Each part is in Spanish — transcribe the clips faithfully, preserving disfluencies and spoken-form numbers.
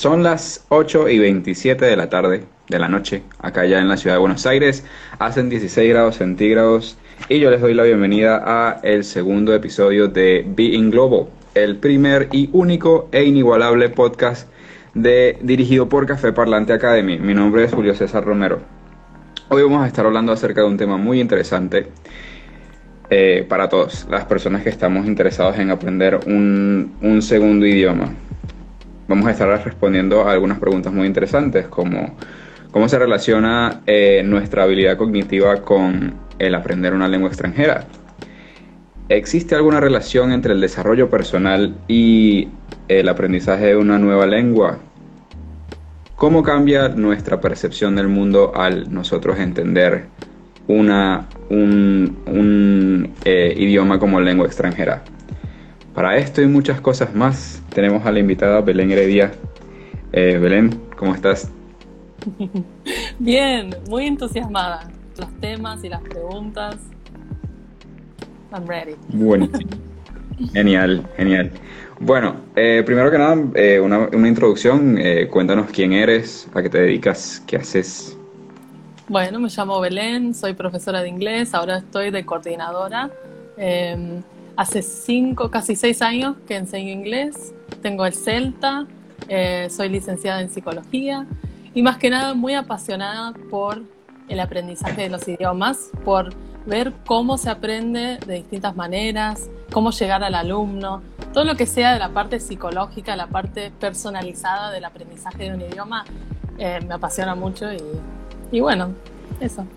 Son las ocho y veintisiete de la tarde, de la noche, acá ya en la ciudad de Buenos Aires. Hacen dieciséis grados centígrados y yo les doy la bienvenida a el segundo episodio de Being Global, el primer y único e inigualable podcast de, dirigido por Café Parlante Academy. Mi nombre es Julio César Romero. Hoy vamos a estar hablando acerca de un tema muy interesante eh, para todos, las personas que estamos interesados en aprender un, un segundo idioma. Vamos a estar respondiendo a algunas preguntas muy interesantes, como cómo se relaciona eh, nuestra habilidad cognitiva con el aprender una lengua extranjera. ¿Existe alguna relación entre el desarrollo personal y el aprendizaje de una nueva lengua? ¿Cómo cambia nuestra percepción del mundo al nosotros entender una, un, un eh, idioma como lengua extranjera? Para esto y muchas cosas más, tenemos a la invitada Belén Heredia. Eh, Belén, ¿cómo estás? Bien, muy entusiasmada. Los temas y las preguntas. I'm ready. Buenísimo. Genial, genial. Bueno, eh, primero que nada, eh, una, una introducción. Eh, cuéntanos quién eres, a qué te dedicas, qué haces. Bueno, me llamo Belén, soy profesora de inglés, ahora estoy de coordinadora. Eh, hace cinco, casi seis años que enseño inglés, tengo el CELTA, eh, soy licenciada en psicología y más que nada muy apasionada por el aprendizaje de los idiomas, por ver cómo se aprende de distintas maneras, cómo llegar al alumno, todo lo que sea de la parte psicológica, la parte personalizada del aprendizaje de un idioma, eh, me apasiona mucho y, y bueno, eso.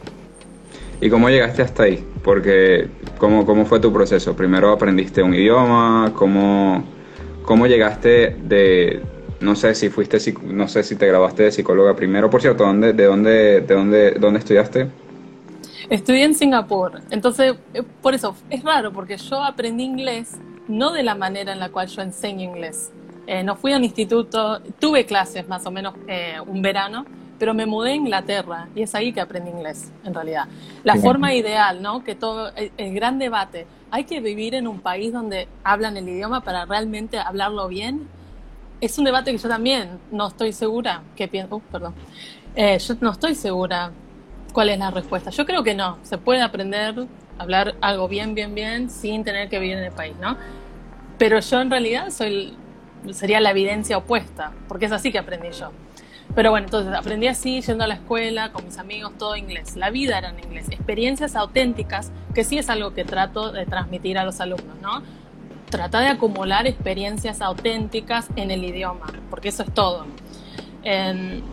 ¿Y cómo llegaste hasta ahí? Porque, ¿cómo, cómo fue tu proceso? ¿Primero aprendiste un idioma? ¿Cómo, cómo llegaste de, no sé si fuiste, no sé si te graduaste de psicóloga primero? Por cierto, ¿dónde, de dónde, de dónde, dónde estudiaste? Estudié en Singapur, entonces, por eso, es raro, porque yo aprendí inglés no de la manera en la cual yo enseño inglés. Eh, no fui a un instituto, tuve clases más o menos eh, un verano, pero me mudé a Inglaterra y es ahí que aprendí inglés, en realidad. La Sí. forma ideal, ¿no? Que todo, el, el gran debate, ¿hay que vivir en un país donde hablan el idioma para realmente hablarlo bien? Es un debate que yo también no estoy segura, que pienso, uh, perdón, eh, yo no estoy segura cuál es la respuesta. Yo creo que no, se puede aprender a hablar algo bien, bien, bien, sin tener que vivir en el país, ¿no? Pero yo en realidad soy, sería la evidencia opuesta, porque es así que aprendí yo. Pero bueno, entonces aprendí así, yendo a la escuela, con mis amigos, todo inglés. La vida era en inglés. Experiencias auténticas, que sí es algo que trato de transmitir a los alumnos, ¿no? Trata de acumular experiencias auténticas en el idioma, porque eso es todo. Eh,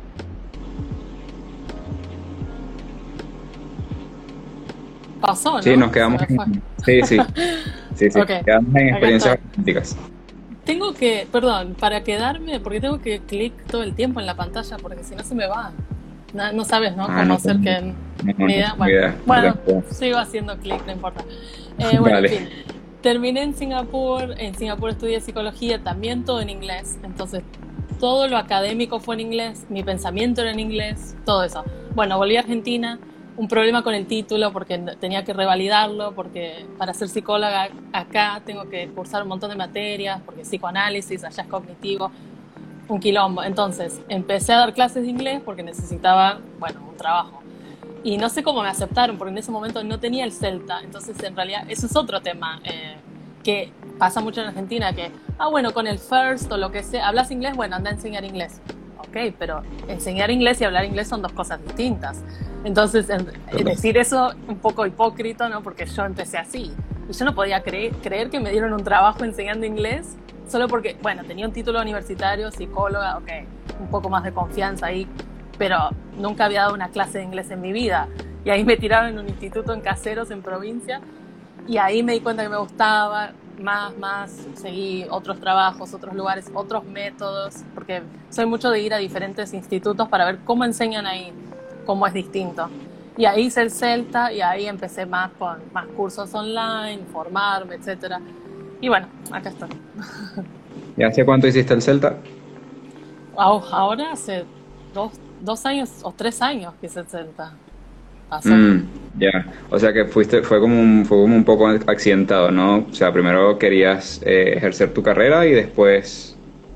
pasó, ¿no? Sí, nos quedamos Se me fue. en, sí, sí, sí, sí, Ok, quedamos en acá experiencias estoy. auténticas. Tengo que, perdón, para quedarme, porque tengo que clic todo el tiempo en la pantalla, porque si no se me va. No, no sabes, ¿no? Ah, Cómo no hacer tengo, que... no, no mi idea- tengo Bueno, idea. No bueno, tengo- sigo haciendo clic, no importa. Eh, bueno, en Vale. fin. Terminé en Singapur, en Singapur estudié psicología, también todo en inglés, entonces todo lo académico fue en inglés, mi pensamiento era en inglés, todo eso. Bueno, volví a Argentina, un problema con el título porque tenía que revalidarlo, porque para ser psicóloga acá tengo que cursar un montón de materias, porque psicoanálisis, allá es cognitivo, un quilombo. Entonces empecé a dar clases de inglés porque necesitaba, bueno, un trabajo. Y no sé cómo me aceptaron, porque en ese momento no tenía el CELTA. Entonces, en realidad, eso es otro tema eh, que pasa mucho en Argentina, que, ah, bueno, con el FIRST o lo que sea, ¿hablas inglés? Bueno, anda a enseñar inglés. Ok, pero enseñar inglés y hablar inglés son dos cosas distintas. Entonces, en, en decir eso un poco hipócrita, ¿no? Porque yo empecé así. Y yo no podía creer, creer que me dieron un trabajo enseñando inglés solo porque, bueno, tenía un título universitario, psicóloga, ok, un poco más de confianza ahí, pero nunca había dado una clase de inglés en mi vida. Y ahí me tiraron en un instituto en Caseros, en provincia, y ahí me di cuenta que me gustaba, más, más, seguí otros trabajos, otros lugares, otros métodos, porque soy mucho de ir a diferentes institutos para ver cómo enseñan ahí, cómo es distinto. Y ahí hice el CELTA y ahí empecé más con más cursos online, formarme, etcétera. Y bueno, acá estoy. ¿Y hace cuánto hiciste el CELTA? Ahora hace dos, dos años o tres años que hice el CELTA. Pasó. Mm, ya, o sea que fuiste, fue como un, fue como un poco accidentado, ¿no? O sea, primero querías eh, ejercer tu carrera y después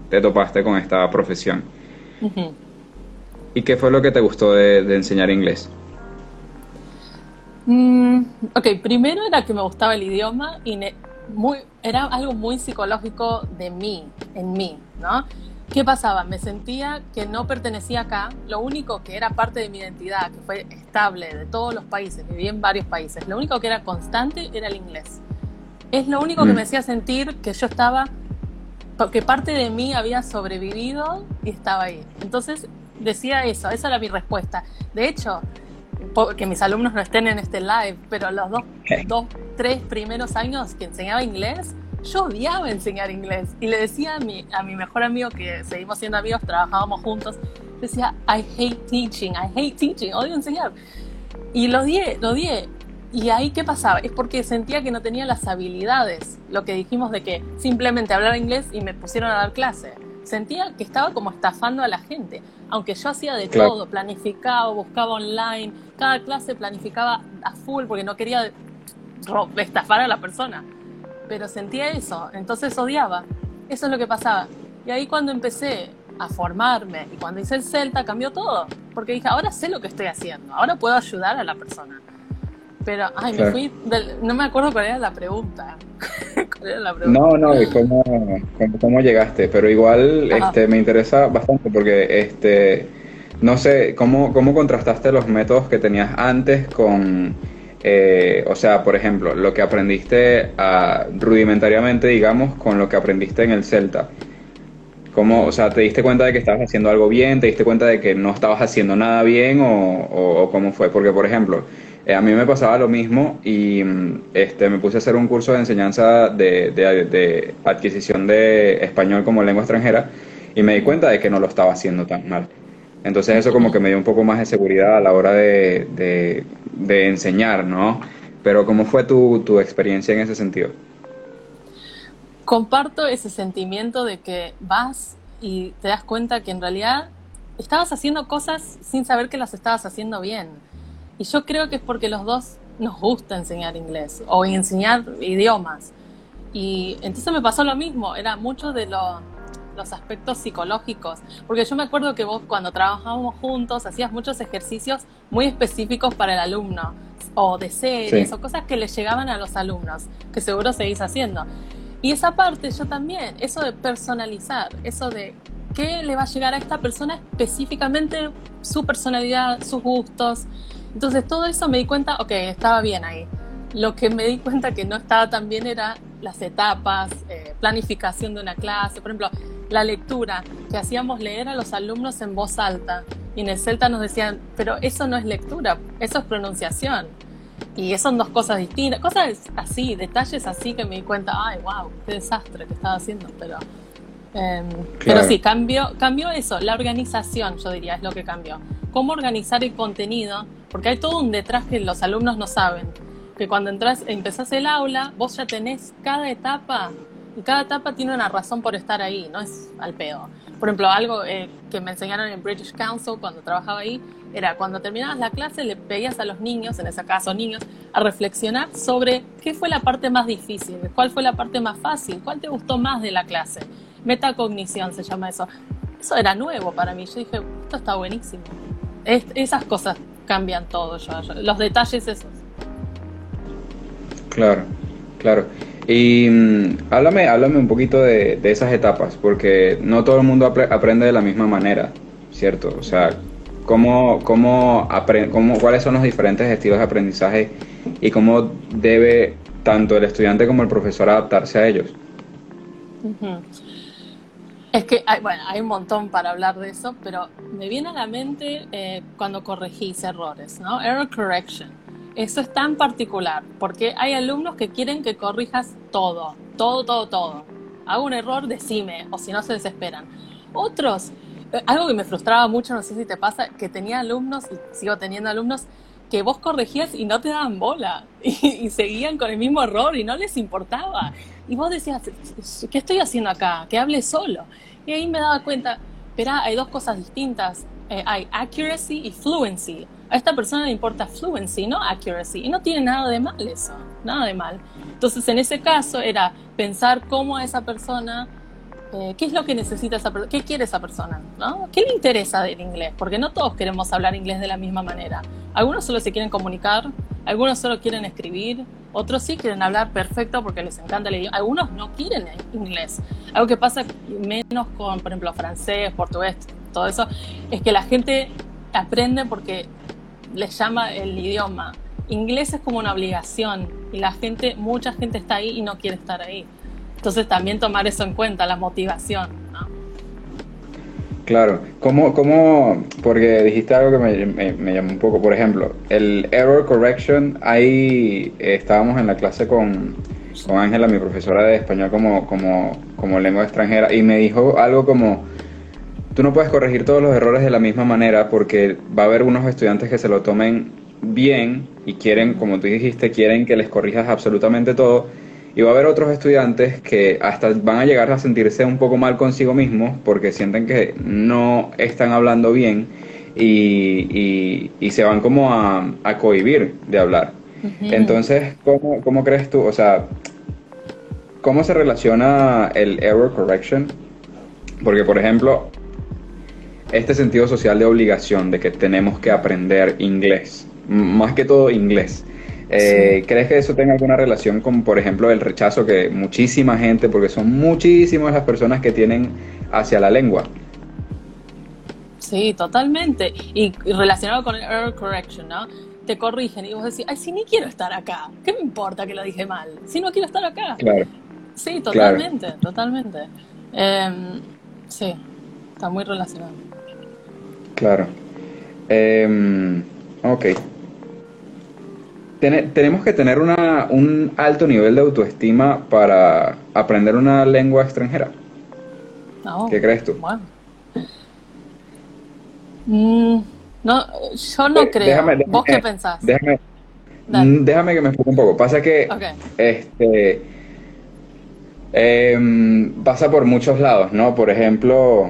te topaste con esta profesión. Ujú. ¿Y qué fue lo que te gustó de, de enseñar inglés? Mm, ok, primero era que me gustaba el idioma y ne- muy, era algo muy psicológico de mí, en mí, ¿no? ¿Qué pasaba? Me sentía que no pertenecía acá, lo único que era parte de mi identidad, que fue estable de todos los países, viví en varios países, lo único que era constante era el inglés. Es lo único que me Mm, hacía sentir que yo estaba, que parte de mí había sobrevivido y estaba ahí. Entonces decía eso, esa era mi respuesta. De hecho, que mis alumnos no estén en este live, pero los dos, dos, tres primeros años que enseñaba inglés, yo odiaba enseñar inglés. Y le decía a mi, a mi mejor amigo, que seguimos siendo amigos, trabajábamos juntos, decía, I hate teaching, I hate teaching, odio enseñar. Y lo odié, lo odié. Y ahí, ¿qué pasaba? Es porque sentía que no tenía las habilidades, lo que dijimos de que simplemente hablaba inglés y me pusieron a dar clase. Sentía que estaba como estafando a la gente, aunque yo hacía de claro, todo, planificaba, buscaba online, cada clase planificaba a full porque no quería estafar a la persona, pero sentía eso, entonces odiaba. Eso es lo que pasaba. Y ahí cuando empecé a formarme y cuando hice el Celta cambió todo, porque dije, ahora sé lo que estoy haciendo, ahora puedo ayudar a la persona. Pero, ay, me claro. fui, del, no me acuerdo cuál era la pregunta. ¿Cuál era la pregunta? No, no, ¿y cómo, cómo, cómo llegaste? Pero igual Ajá. este, me interesa bastante porque este, no sé, ¿cómo, cómo contrastaste los métodos que tenías antes con, eh, o sea, por ejemplo, lo que aprendiste ah, rudimentariamente, digamos, con lo que aprendiste en el Celta? ¿Cómo, o Mm. sea, te diste cuenta de que estabas haciendo algo bien? ¿Te diste cuenta de que no estabas haciendo nada bien? ¿O, o- o cómo fue? Porque, por ejemplo, eh, a mí me pasaba lo mismo y mm, este, me puse a hacer un curso de enseñanza de, de- de adquisición de español como lengua extranjera y me di Mm. cuenta de que no lo estaba haciendo tan mal. Entonces eso como Ujú. que me dio un poco más de seguridad a la hora de, de- de enseñar, ¿no? Pero ¿cómo fue tu, tu experiencia en ese sentido? Comparto ese sentimiento de que vas y te das cuenta que en realidad estabas haciendo cosas sin saber que las estabas haciendo bien. Y yo creo que es porque los dos nos gusta enseñar inglés o enseñar idiomas. Y entonces me pasó lo mismo, era mucho de lo, los aspectos psicológicos, porque yo me acuerdo que vos cuando trabajábamos juntos hacías muchos ejercicios muy específicos para el alumno, o de series, Sí, o cosas que le llegaban a los alumnos, que seguro seguís haciendo. Y esa parte yo también, eso de personalizar, eso de qué le va a llegar a esta persona específicamente, su personalidad, sus gustos. Entonces todo eso me di cuenta, ok, estaba bien ahí. Lo que me di cuenta que no estaba tan bien era las etapas, eh, planificación de una clase, por ejemplo, la lectura, que hacíamos leer a los alumnos en voz alta. Y en el Celta nos decían, pero eso no es lectura, eso es pronunciación. Y son dos cosas distintas, cosas así, detalles así que me di cuenta, ay, wow, qué desastre que estaba haciendo, pero, eh, pero claro. sí, cambió, cambió eso, la organización, yo diría, es lo que cambió. Cómo organizar el contenido, porque hay todo un detrás que los alumnos no saben, que cuando entras, empezás el aula, vos ya tenés cada etapa, y cada etapa tiene una razón por estar ahí, no es al pedo. Por ejemplo, algo eh, que me enseñaron en British Council cuando trabajaba ahí, era cuando terminabas la clase le pedías a los niños, en ese caso niños, a reflexionar sobre qué fue la parte más difícil, cuál fue la parte más fácil, cuál te gustó más de la clase. Metacognición se llama eso. Eso era nuevo para mí. Yo dije, esto está buenísimo. Es, esas cosas cambian todo. Yo, yo, los detalles esos. Claro, claro. Y mm, háblame, háblame un poquito de, de esas etapas, porque no todo el mundo apre- aprende de la misma manera, ¿cierto? O sea, ¿cómo, cómo apre- cómo- cuáles son los diferentes estilos de aprendizaje y cómo debe tanto el estudiante como el profesor adaptarse a ellos? Uh -huh. Es que, hay, bueno, hay un montón para hablar de eso, pero me viene a la mente eh, cuando corregís errores, ¿no? Error correction. Eso es tan particular, porque hay alumnos que quieren que corrijas todo, todo, todo, todo. Hago un error, decime, o si no se desesperan. Otros, eh, algo que me frustraba mucho, no sé si te pasa, que tenía alumnos, y sigo teniendo alumnos, que vos corregías y no te daban bola, y, y seguían con el mismo error y no les importaba. Y vos decías, ¿qué estoy haciendo acá? Que hable solo. Y ahí me daba cuenta, espera, hay dos cosas distintas. Eh, hay accuracy y fluency. A esta persona le importa fluency, no accuracy. Y no tiene nada de mal eso, nada de mal. Entonces, en ese caso, era pensar cómo a esa persona eh, qué es lo que necesita esa persona, qué quiere esa persona, ¿no? ¿Qué le interesa del inglés? Porque no todos queremos hablar inglés de la misma manera. Algunos solo se quieren comunicar, algunos solo quieren escribir, otros sí quieren hablar perfecto porque les encanta el idioma. Algunos no quieren inglés. Algo que pasa menos con, por ejemplo, francés, portugués, todo eso, es que la gente aprende porque les llama el idioma. Inglés es como una obligación y la gente, mucha gente está ahí y no quiere estar ahí. Entonces también tomar eso en cuenta, la motivación, ¿no? Claro, ¿cómo, cómo, porque dijiste algo que me, me, me llamó un poco, por ejemplo, el error correction, ahí eh, estábamos en la clase con con Ángela, mi profesora de español como, como, como lengua extranjera, y me dijo algo como, tú no puedes corregir todos los errores de la misma manera porque va a haber unos estudiantes que se lo tomen bien y quieren, como tú dijiste, quieren que les corrijas absolutamente todo, y va a haber otros estudiantes que hasta van a llegar a sentirse un poco mal consigo mismos porque sienten que no están hablando bien y, y, y se van como a, a cohibir de hablar. Uh-huh. Entonces, ¿cómo, cómo crees tú? O sea, ¿cómo se relaciona el error correction? Porque, por ejemplo, este sentido social de obligación, de que tenemos que aprender inglés, más que todo inglés, eh, sí. ¿Crees que eso tenga alguna relación con, por ejemplo, el rechazo que muchísima gente, porque son muchísimas las personas que tienen hacia la lengua? Sí, totalmente. Y, y relacionado con el error correction, ¿no? Te corrigen y vos decís, ay, si ni quiero estar acá, ¿qué me importa que lo dije mal? Si no quiero estar acá. Claro. Sí, totalmente, claro. totalmente. Eh, sí, está muy relacionado. Claro. Eh, ok. Ten- tenemos que tener una, un alto nivel de autoestima para aprender una lengua extranjera. No, ¿Qué crees tú? Bueno. Mm, no, yo no Eh, creo. déjame, déjame, ¿Vos qué pensás? Déjame, Dale. déjame que me enfoque un poco. Pasa que Okay. este, eh, pasa por muchos lados, ¿no? Por ejemplo,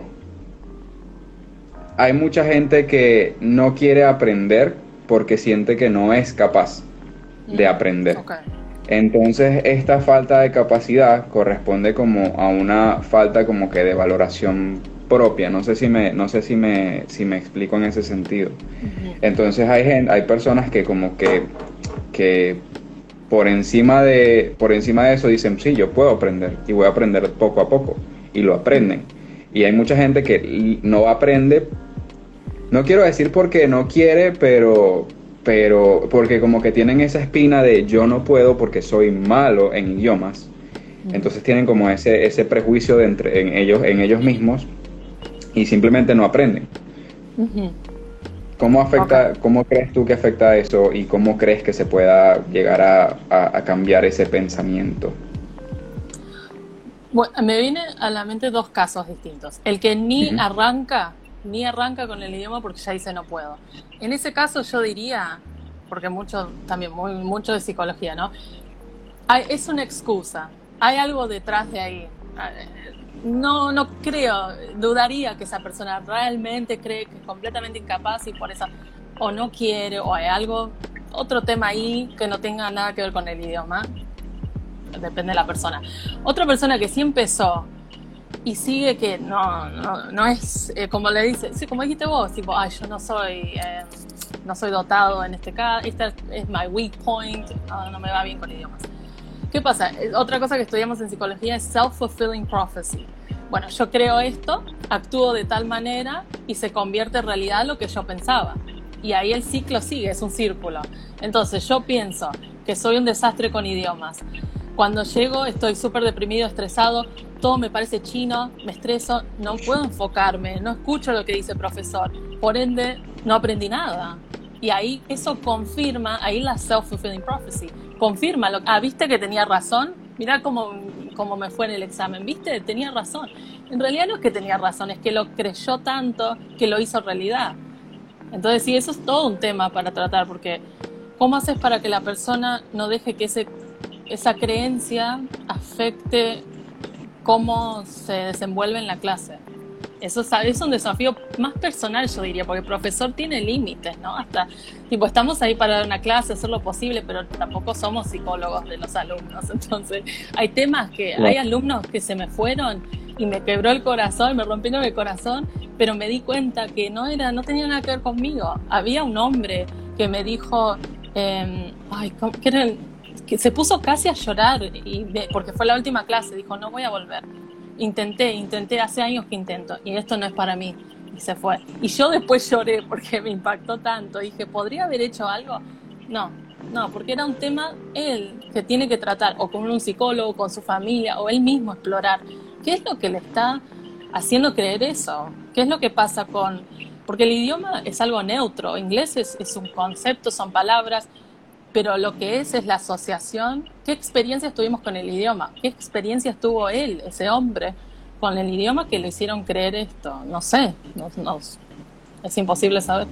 hay mucha gente que no quiere aprender porque siente que no es capaz de aprender. Okay. Entonces, esta falta de capacidad corresponde como a una falta como que de valoración propia. No sé si me, no sé si me, si me explico en ese sentido. Uh-huh. Entonces hay gente, hay personas que como que, que por encima de, por encima de eso dicen, sí, yo puedo aprender y voy a aprender poco a poco, y lo aprenden. Y hay mucha gente que no aprende, no quiero decir porque no quiere, pero pero porque como que tienen esa espina de yo no puedo porque soy malo en idiomas. Uh-huh. Entonces tienen como ese, ese prejuicio de entre, en, ellos, en ellos mismos y simplemente no aprenden. Uh-huh. ¿Cómo afecta, Okay. cómo crees tú que afecta eso y cómo crees que se pueda llegar a, a, a cambiar ese pensamiento? Bueno, me vienen a la mente dos casos distintos. El que ni uh-huh. arranca, ni arranca con el idioma porque ya dice no puedo. En ese caso yo diría, porque mucho también muy, mucho de psicología, ¿no? Hay, es una excusa, hay algo detrás de ahí. No, no creo, dudaría que esa persona realmente cree que es completamente incapaz y por eso o no quiere o hay algo, otro tema ahí que no tenga nada que ver con el idioma. Depende de la persona. Otra persona que sí empezó y sigue que no, no, no es eh, como le dice, sí, como dijiste vos, tipo, ay, yo no soy, eh, no soy dotado en este caso, esta es my weak point, no, no me va bien con idiomas. ¿Qué pasa? Otra cosa que estudiamos en psicología es self-fulfilling prophecy. Bueno, yo creo esto, actúo de tal manera y se convierte en realidad lo que yo pensaba. Y ahí el ciclo sigue, es un círculo. Entonces yo pienso que soy un desastre con idiomas. Cuando llego estoy súper deprimido, estresado, todo me parece chino, me estreso, no puedo enfocarme, no escucho lo que dice el profesor, por ende no aprendí nada. Y ahí eso confirma, ahí la self-fulfilling prophecy, confirma, lo, ah, ¿viste que tenía razón? Mirá cómo, cómo me fue en el examen, ¿viste? Tenía razón. En realidad no es que tenía razón, es que lo creyó tanto que lo hizo realidad. Entonces sí, eso es todo un tema para tratar, porque ¿cómo haces para que la persona no deje que ese, esa creencia afecte cómo se desenvuelve en la clase? Eso es, es un desafío más personal, yo diría, porque el profesor tiene límites, ¿no? Hasta, tipo, estamos ahí para dar una clase, hacer lo posible, pero tampoco somos psicólogos de los alumnos. Entonces, hay temas que, Claro. hay alumnos que se me fueron y me quebró el corazón, me rompieron el corazón, pero me di cuenta que no era, no tenía nada que ver conmigo. Había un hombre que me dijo, eh, ay, ¿cómo? Que, era el, que se puso casi a llorar y de, porque fue la última clase, dijo, no voy a volver. Intenté, intenté, hace años que intento y esto no es para mí. Y se fue. Y yo después lloré porque me impactó tanto. Dije, ¿podría haber hecho algo? No, no, porque era un tema él que tiene que tratar o con un psicólogo, con su familia o él mismo explorar. ¿Qué es lo que le está haciendo creer eso? ¿Qué es lo que pasa con...? Porque el idioma es algo neutro. Inglés es, es un concepto, son palabras, pero lo que es es la asociación. ¿Qué experiencias tuvimos con el idioma? ¿Qué experiencias tuvo él, ese hombre, con el idioma que le hicieron creer esto? No sé, no, no, es imposible saber.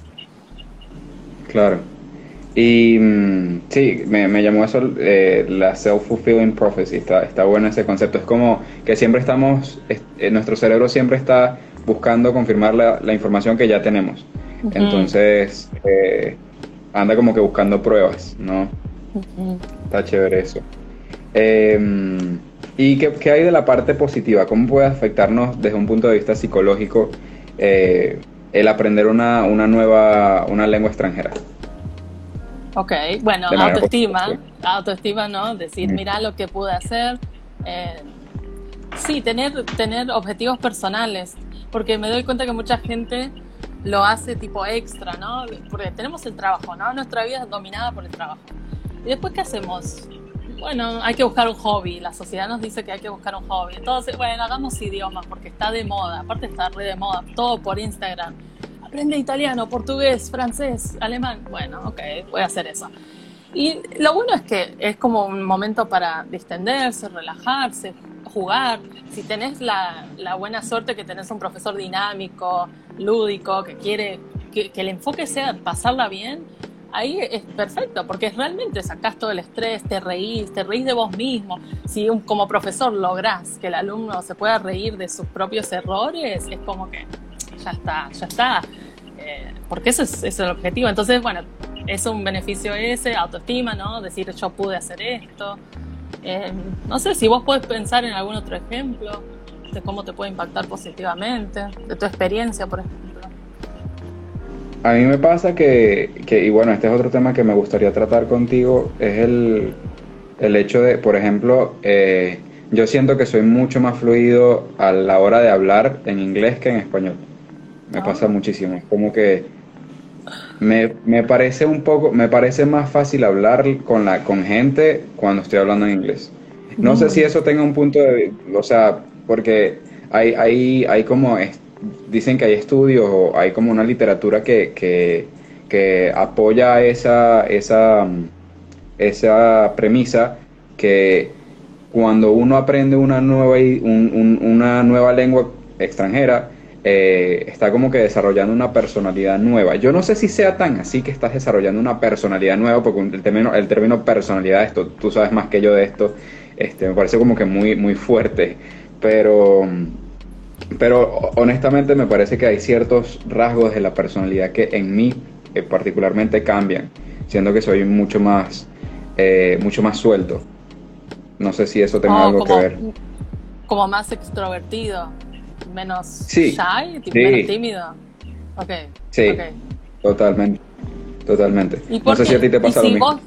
Claro. Y mm, sí, me, me llamó eso eh, la self-fulfilling prophecy. Está, está bueno ese concepto. Es como que siempre estamos, es, eh, nuestro cerebro siempre está buscando confirmar la, la información que ya tenemos. Uh-huh. Entonces, eh, anda como que buscando pruebas, ¿no? Uh-huh. Está chévere eso. Eh, ¿Y qué, qué hay de la parte positiva? ¿Cómo puede afectarnos desde un punto de vista psicológico eh, el aprender una, una nueva una lengua extranjera? Ok, bueno, autoestima, autoestima, ¿no? Decir, mm. mira lo que pude hacer. Eh, sí, tener, tener objetivos personales, porque me doy cuenta que mucha gente lo hace tipo extra, ¿no? Porque tenemos el trabajo, ¿no? Nuestra vida es dominada por el trabajo. ¿Y después qué hacemos? Bueno, hay que buscar un hobby. La sociedad nos dice que hay que buscar un hobby. Entonces, bueno, hagamos idiomas porque está de moda. Aparte está re de moda, todo por Instagram. Aprende italiano, portugués, francés, alemán. Bueno, ok, voy a hacer eso. Y lo bueno es que es como un momento para distenderse, relajarse, jugar. Si tenés la, la buena suerte que tenés un profesor dinámico, lúdico, que quiere que, que el enfoque sea pasarla bien, ahí es perfecto, porque realmente sacás todo el estrés, te reís, te reís de vos mismo. Si un, como profesor lográs que el alumno se pueda reír de sus propios errores, es como que ya está, ya está. Eh, porque ese es, ese es el objetivo. Entonces, bueno, es un beneficio ese, autoestima, ¿no? Decir, yo pude hacer esto. Eh, no sé si vos podés pensar en algún otro ejemplo de cómo te puede impactar positivamente, de tu experiencia, por ejemplo. A mí me pasa que, que, y bueno, este es otro tema que me gustaría tratar contigo, es el, el hecho de, por ejemplo, eh, yo siento que soy mucho más fluido a la hora de hablar en inglés que en español. Me oh. pasa muchísimo. Es como que me, me parece un poco, me parece más fácil hablar con la con gente cuando estoy hablando en inglés. No mm. sé si eso tenga un punto de, o sea, porque hay, hay, hay como, dicen que hay estudios o hay como una literatura que, que, que apoya esa, esa, esa premisa que cuando uno aprende una nueva, un, un, una nueva lengua extranjera, Eh, está como que desarrollando una personalidad nueva. Yo no sé si sea tan así que estás desarrollando una personalidad nueva, porque el término, el término personalidad, esto, tú sabes más que yo de esto, este, me parece como que muy, muy fuerte, pero, pero honestamente me parece que hay ciertos rasgos de la personalidad que en mí eh, particularmente cambian, siendo que soy mucho más, eh, mucho más suelto. No sé si eso tenga oh, algo como, que ver. Como más extrovertido. Menos sí, shy, sí. menos tímido. Okay, sí, okay. totalmente, totalmente. No sé si a ti te pasa si lo mismo. Vos,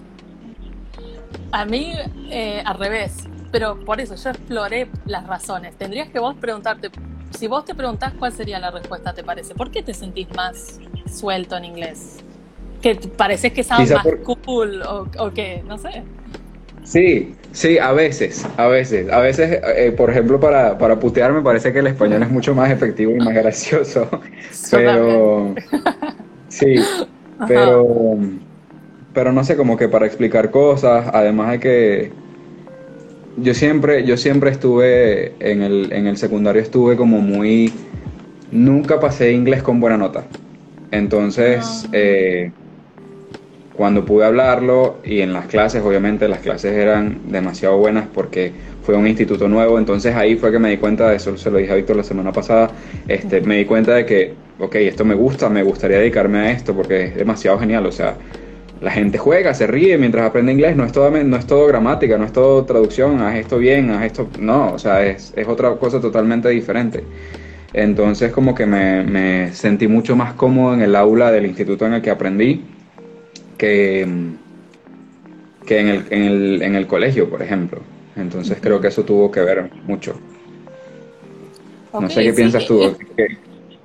a mí, eh, al revés. Pero por eso yo exploré las razones. Tendrías que vos preguntarte, si vos te preguntás cuál sería la respuesta, ¿te parece? ¿Por qué te sentís más suelto en inglés? ¿Que pareces que sabes más por... cool o, o qué? No sé. Sí, sí, a veces, a veces, a veces, eh, por ejemplo, para, para putear me parece que el español es mucho más efectivo y más gracioso, pero, sí, pero, pero no sé, como que para explicar cosas, además de que yo siempre, yo siempre estuve, en el, en el secundario estuve como muy, nunca pasé inglés con buena nota, entonces, no. eh, cuando pude hablarlo y en las clases, obviamente las clases eran demasiado buenas porque fue un instituto nuevo, entonces ahí fue que me di cuenta de eso, se lo dije a Víctor la semana pasada, este, me di cuenta de que, ok, esto me gusta, me gustaría dedicarme a esto porque es demasiado genial, o sea, la gente juega, se ríe mientras aprende inglés, no es todo, no es todo gramática, no es todo traducción, haz esto bien, haz esto, no, o sea, es, es otra cosa totalmente diferente. Entonces como que me, me sentí mucho más cómodo en el aula del instituto en el que aprendí que, que en, el, en, el, en el colegio, por ejemplo. Entonces creo que eso tuvo que ver mucho. Ok, No sé qué sí, piensas tú. es, ¿Qué?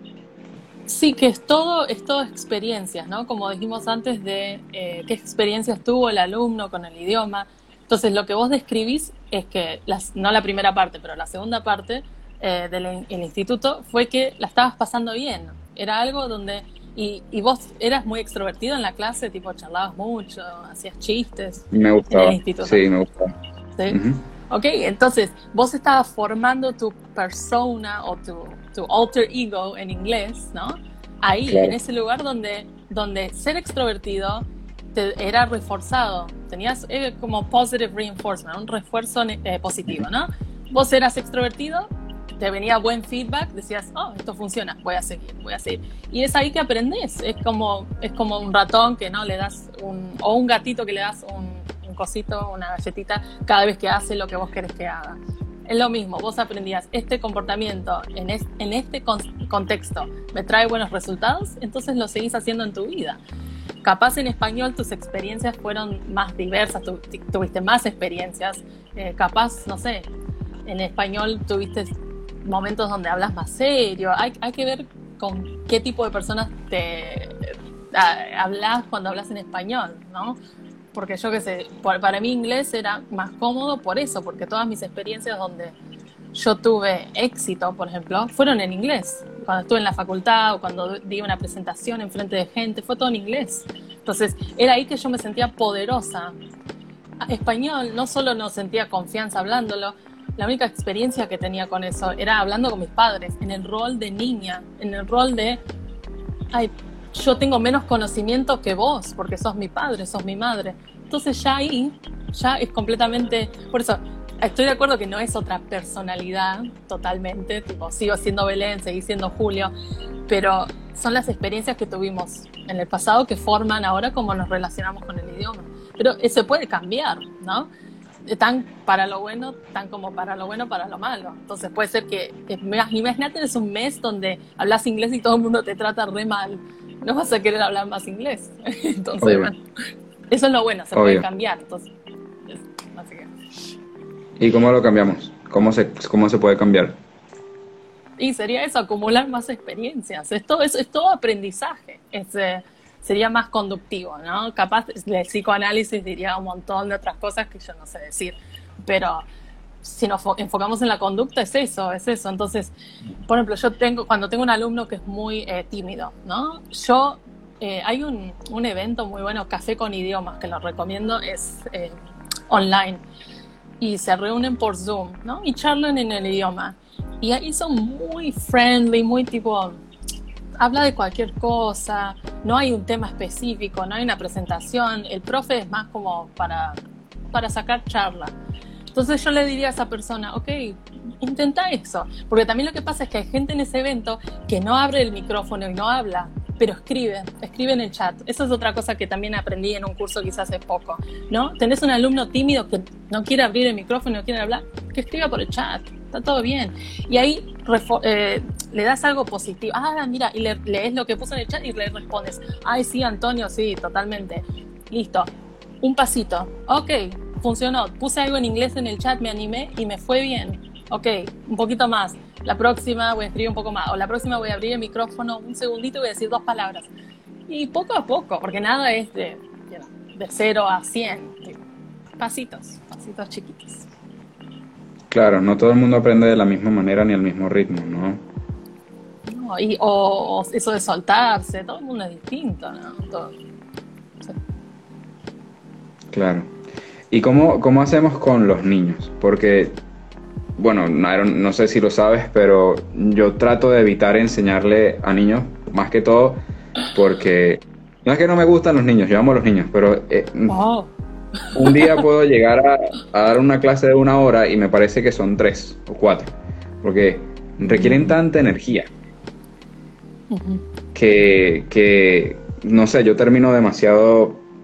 sí, que es todo, es todo experiencias, ¿no? Como dijimos antes de eh, qué experiencias tuvo el alumno con el idioma. Entonces, lo que vos describís es que, las, no la primera parte, pero la segunda parte eh, del el instituto fue que la estabas pasando bien. Era algo donde... Y, y vos eras muy extrovertido en la clase, tipo charlabas mucho, hacías chistes Me en el gustaba, instituto. sí, me gustaba. ¿Sí? Uh-huh. Ok, entonces vos estabas formando tu persona o tu, tu alter ego en inglés, ¿no? Ahí, Claro. en ese lugar donde, donde ser extrovertido te era reforzado. Tenías eh, como positive reinforcement, un refuerzo eh, positivo, ¿no? Vos eras extrovertido, te venía buen feedback, decías, oh, esto funciona, voy a seguir, voy a seguir. Y es ahí que aprendes. Es como, es como un ratón que no le das un, o un gatito que le das un un cosito, una galletita, cada vez que hace lo que vos querés que haga. Es lo mismo, vos aprendías este comportamiento en, es, en este con, contexto, me trae buenos resultados, entonces lo seguís haciendo en tu vida. Capaz en español tus experiencias fueron más diversas, tu, tuviste más experiencias, eh, capaz, no sé, en español tuviste momentos donde hablas más serio, hay, hay que ver con qué tipo de personas te a, hablas cuando hablas en español, ¿no? Porque yo qué sé, para mí inglés era más cómodo por eso, porque todas mis experiencias donde yo tuve éxito, por ejemplo, fueron en inglés. Cuando estuve en la facultad o cuando di una presentación en frente de gente, fue todo en inglés. Entonces, era ahí que yo me sentía poderosa. Español, no solo no sentía confianza hablándolo, la única experiencia que tenía con eso era hablando con mis padres, en el rol de niña, en el rol de... Ay, yo tengo menos conocimiento que vos, porque sos mi padre, sos mi madre. Entonces ya ahí, ya es completamente... Por eso, estoy de acuerdo que no es otra personalidad totalmente, tipo, sigo siendo Belén, seguí siendo Julio, pero son las experiencias que tuvimos en el pasado que forman ahora cómo nos relacionamos con el idioma. Pero eso puede cambiar, ¿no? Tan para lo bueno, tan como para lo bueno, para lo malo. Entonces puede ser que, imagínate, es un mes donde hablas inglés y todo el mundo te trata re mal. No vas a querer hablar más inglés. Entonces, Obvio. bueno, eso es lo bueno, se Obvio. puede cambiar. Entonces, así que... ¿Y cómo lo cambiamos? ¿Cómo se, cómo se puede cambiar? Y sería eso, acumular más experiencias. Es todo, es, es todo aprendizaje. Es, eh, sería más conductivo, ¿no? Capaz el psicoanálisis diría un montón de otras cosas que yo no sé decir. Pero si nos enfocamos en la conducta, es eso, es eso. Entonces, por ejemplo, yo tengo, cuando tengo un alumno que es muy eh, tímido, ¿no? Yo, eh, hay un, un evento muy bueno, Café con Idiomas, que lo recomiendo, es eh, online. Y se reúnen por Zoom, ¿no? Y charlan en el idioma. Y ahí son muy friendly, muy tipo... Habla de cualquier cosa, no hay un tema específico, no hay una presentación. El profe es más como para, para sacar charla. Entonces yo le diría a esa persona, ok, intenta eso. Porque también lo que pasa es que hay gente en ese evento que no abre el micrófono y no habla, pero escribe, escribe en el chat. Eso es otra cosa que también aprendí en un curso quizás hace poco, ¿no? Tenés un alumno tímido que no quiere abrir el micrófono, no quiere hablar, que escriba por el chat, está todo bien. Y ahí eh, le das algo positivo. Ah, mira, y le, lees lo que puso en el chat y le respondes, ay, sí, Antonio, sí, totalmente. Listo, un pasito, ok, funcionó. Puse algo en inglés en el chat, me animé y me fue bien. Ok, un poquito más. La próxima voy a escribir un poco más. O la próxima voy a abrir el micrófono un segundito y voy a decir dos palabras. Y poco a poco, porque nada es de, de cero a cien. Pasitos, pasitos chiquitos. Claro, no todo el mundo aprende de la misma manera ni al mismo ritmo, ¿no? No, y, o, o eso de soltarse, todo el mundo es distinto, ¿no? Todo, sí. Claro. ¿Y cómo, cómo hacemos con los niños? Porque, bueno, no, no sé si lo sabes, pero yo trato de evitar enseñarle a niños, más que todo, porque no es que no me gustan los niños, yo amo a los niños, pero eh, oh. un día puedo llegar a, a dar una clase de una hora y me parece que son tres o cuatro, porque requieren tanta energía Uh-huh. que, que, no sé, yo termino demasiado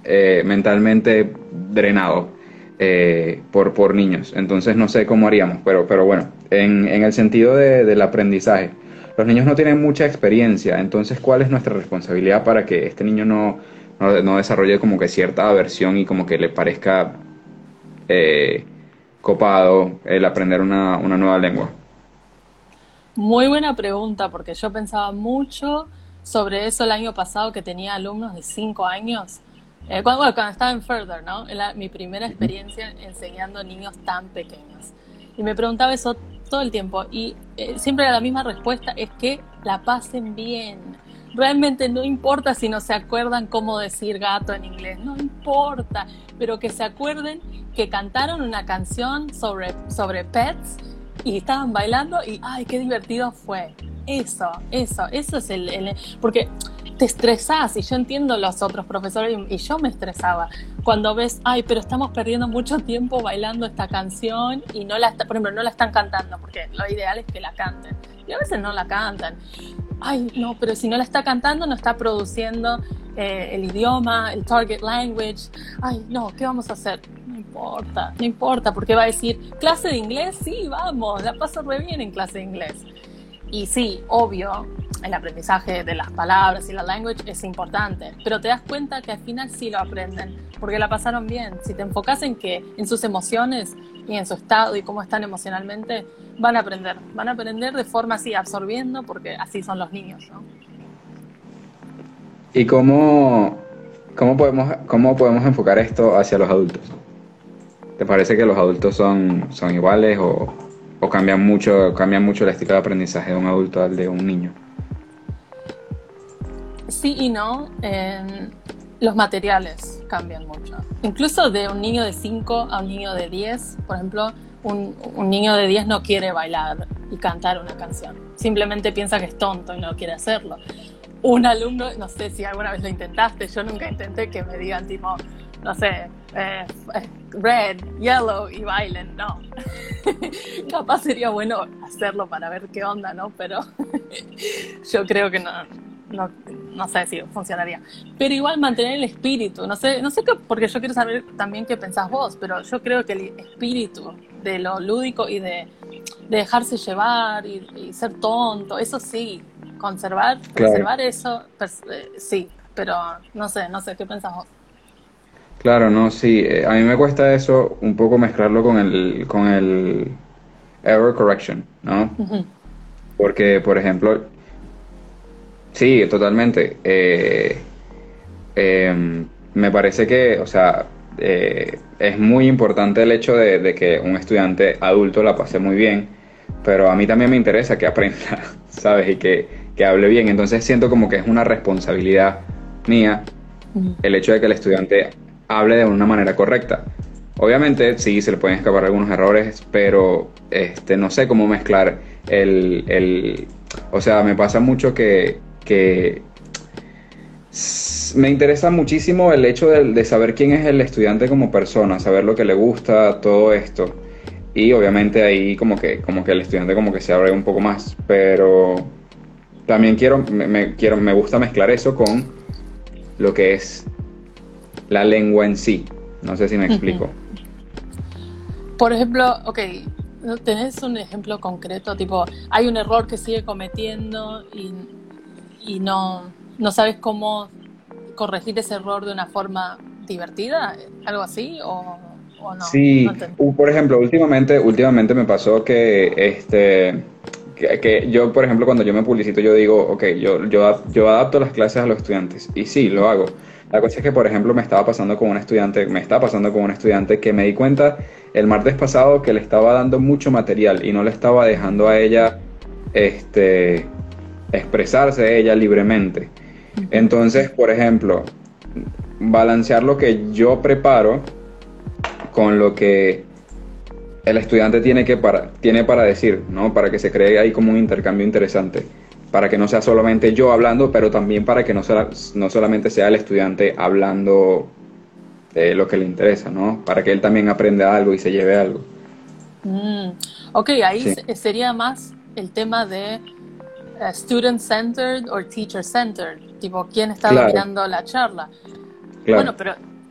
eh, mentalmente drenado eh, por, por niños. Entonces no sé cómo haríamos, pero, pero bueno, en, en el sentido de, del aprendizaje, los niños no tienen mucha experiencia, entonces ¿cuál es nuestra responsabilidad para que este niño no, no, no desarrolle como que cierta aversión y como que le parezca eh, copado el aprender una, una nueva lengua? Muy buena pregunta, porque yo pensaba mucho sobre eso el año pasado que tenía alumnos de cinco años. Eh, cuando, bueno, cuando estaba en Further, ¿no? Era mi primera experiencia enseñando a niños tan pequeños. Y me preguntaba eso todo el tiempo. Y eh, siempre era la misma respuesta, es que la pasen bien. Realmente no importa si no se acuerdan cómo decir gato en inglés, no importa, pero que se acuerden que cantaron una canción sobre, sobre pets y estaban bailando y ¡ay, qué divertido fue! Eso, eso, eso es el... el porque te estresás y yo entiendo los otros profesores y, y yo me estresaba cuando ves, ay, pero estamos perdiendo mucho tiempo bailando esta canción y no la, por ejemplo, no la están cantando, porque lo ideal es que la canten y a veces no la cantan. Ay, no, pero si no la está cantando no está produciendo eh, el idioma, el target language. Ay, no, ¿qué vamos a hacer? No importa, no importa, porque va a decir, ¿clase de inglés? Sí, vamos, la paso re bien en clase de inglés. Y sí, obvio, el aprendizaje de las palabras y la language es importante, pero te das cuenta que al final sí lo aprenden, porque la pasaron bien. Si te enfocas en que, en sus emociones y en su estado y cómo están emocionalmente, van a aprender, van a aprender de forma así, absorbiendo, porque así son los niños, ¿no? ¿Y cómo, cómo podemos, cómo podemos enfocar esto hacia los adultos? ¿Te parece que los adultos son, son iguales o, o cambian mucho, cambian mucho el estilo de aprendizaje de un adulto al de un niño? Sí y no. Eh, los materiales cambian mucho. Incluso de un niño de cinco a un niño de diez, por ejemplo, un, un niño de diez no quiere bailar y cantar una canción. Simplemente piensa que es tonto y no quiere hacerlo. Un alumno, no sé si alguna vez lo intentaste, yo nunca intenté que me digan tipo, no sé, eh, red, yellow y bailen, no. Capaz sería bueno hacerlo para ver qué onda, ¿no? Pero yo creo que no, no, no sé si funcionaría. Pero igual mantener el espíritu, no sé, no sé qué, porque yo quiero saber también qué pensás vos, pero yo creo que el espíritu de lo lúdico y de, de dejarse llevar y, y ser tonto, eso sí, conservar, Claro, preservar eso, pers- eh, sí, pero no sé, no sé, ¿qué pensás vos? claro, no, sí. eh, A mí me cuesta eso un poco mezclarlo con el, con el error correction, ¿no? Ujú. Porque, por ejemplo, sí, totalmente. eh, eh, Me parece que, o sea, eh, es muy importante el hecho de, de que un estudiante adulto la pase muy bien, pero a mí también me interesa que aprenda, ¿sabes? Y que, que hable bien. Entonces siento como que es una responsabilidad mía Ujú. el hecho de que el estudiante hable de una manera correcta. Obviamente sí, se le pueden escapar algunos errores, pero este, no sé cómo mezclar el, el... O sea, me pasa mucho que, que s- me interesa muchísimo el hecho de, de saber quién es el estudiante como persona, saber lo que le gusta, todo esto. Y obviamente ahí como que, como que el estudiante como que se abre un poco más, pero también quiero, me, me- quiero, me gusta mezclar eso con lo que es la lengua en sí. No sé si me Ujú. explico. Por ejemplo, ok, ¿no ¿tenés un ejemplo concreto? Tipo, hay un error que sigue cometiendo y, y no, no sabes cómo corregir ese error de una forma divertida, algo así, o, o no, no Sí, entiendo. u- por ejemplo, últimamente, últimamente me pasó que, este, que, que yo, por ejemplo, cuando yo me publicito, yo digo, ok, yo, yo, ad- yo adapto las clases a los estudiantes. Y sí, lo hago. La cosa es que, por ejemplo, me estaba pasando con un estudiante, me está pasando con un estudiante que me di cuenta el martes pasado que le estaba dando mucho material y no le estaba dejando a ella, este, expresarse ella libremente. Ujú. Entonces, por ejemplo, balancear lo que yo preparo con lo que el estudiante tiene que para, tiene para decir, ¿no? Para que se cree ahí como un intercambio interesante, para que no sea solamente yo hablando, pero también para que no, sola- no solamente sea el estudiante hablando de lo que le interesa, ¿no? Para que él también aprenda algo y se lleve algo. Mm, ok, ahí Sí, se- sería más el tema de eh, student-centered o teacher-centered, tipo, ¿quién está claro, dominando la charla? Bueno, claro. pero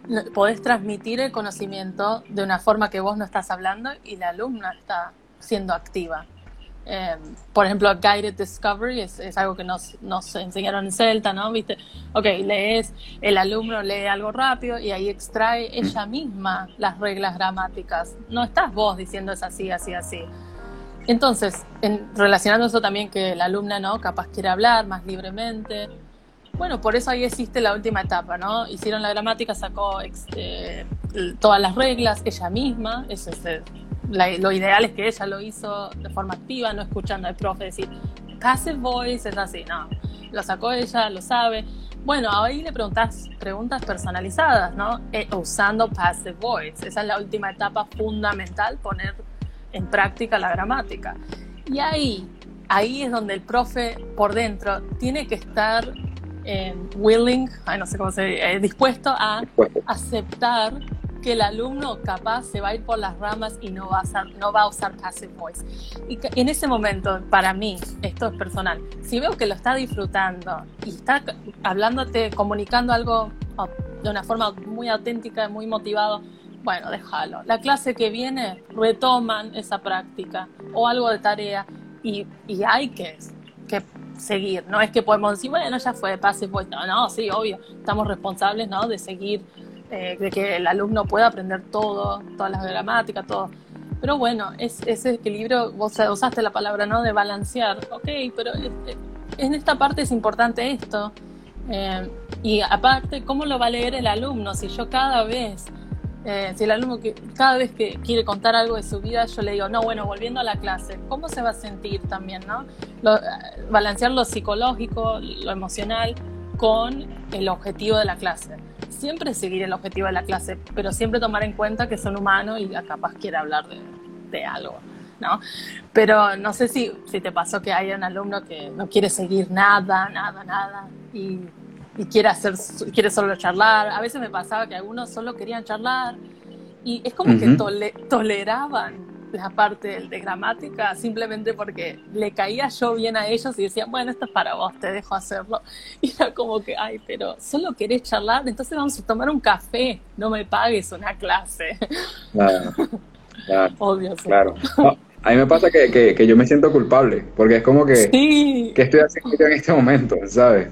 podés transmitir el conocimiento de una forma que vos no estás hablando y la alumna está siendo activa. Eh, por ejemplo, Guided Discovery es, es algo que nos, nos enseñaron en Celta, ¿no? ¿Viste? Ok, lees, el alumno lee algo rápido y ahí extrae ella misma las reglas gramáticas. No estás vos diciendo es así, así, así. Entonces, en, relacionando eso también que la alumna, ¿no? Capaz quiere hablar más libremente. Bueno, por eso ahí existe la última etapa, ¿no? Hicieron la gramática, sacó eh, todas las reglas ella misma, eso es... Eh, La, lo ideal es que ella lo hizo de forma activa, no escuchando al profe decir passive voice, es así, no, lo sacó ella, lo sabe. Bueno, ahí le preguntas preguntas personalizadas, ¿no? Eh, usando passive voice, esa es la última etapa fundamental, poner en práctica la gramática. Y ahí, ahí es donde el profe por dentro tiene que estar eh, willing, ay, no sé cómo se dice, eh, dispuesto a aceptar que el alumno capaz se va a ir por las ramas y no va a usar, no va a usar passive voice. Y en ese momento, para mí, esto es personal, si veo que lo está disfrutando y está hablándote, comunicando algo de una forma muy auténtica, muy motivado, bueno, déjalo. La clase que viene retoman esa práctica o algo de tarea y, y hay que, que seguir. No es que podemos decir, bueno, ya fue passive voice. No, no, sí, obvio, estamos responsables, ¿no? De seguir. Eh, de que el alumno pueda aprender todo, todas las gramáticas, todo. Pero bueno, es, ese equilibrio, vos usaste la palabra, ¿no? De balancear. Ok, pero es, es, en esta parte es importante esto. Eh, y aparte, ¿cómo lo va a leer el alumno? Si yo cada vez, eh, si el alumno que, cada vez que quiere contar algo de su vida, yo le digo, no, bueno, volviendo a la clase, ¿cómo se va a sentir también, no? Lo, balancear lo psicológico, lo emocional, con el objetivo de la clase. Siempre seguir el objetivo de la clase, pero siempre tomar en cuenta que son humanos y capaz quiere hablar de, de algo, ¿no? Pero no sé si, si te pasó que hay un alumno que no quiere seguir nada, nada, nada y, y quiere, hacer, quiere solo charlar. A veces me pasaba que algunos solo querían charlar y es como uh-huh. que tole, toleraban la parte de gramática simplemente porque le caía yo bien a ellos y decían, bueno, esto es para vos, te dejo hacerlo. Y era como que, ay, pero solo querés charlar, entonces vamos a tomar un café, no me pagues una clase. Claro, claro. Obvio, sí. Claro. No, a mí me pasa que, que, que yo me siento culpable, porque es como que, sí. ¿qué estoy haciendo yo en este momento, sabes?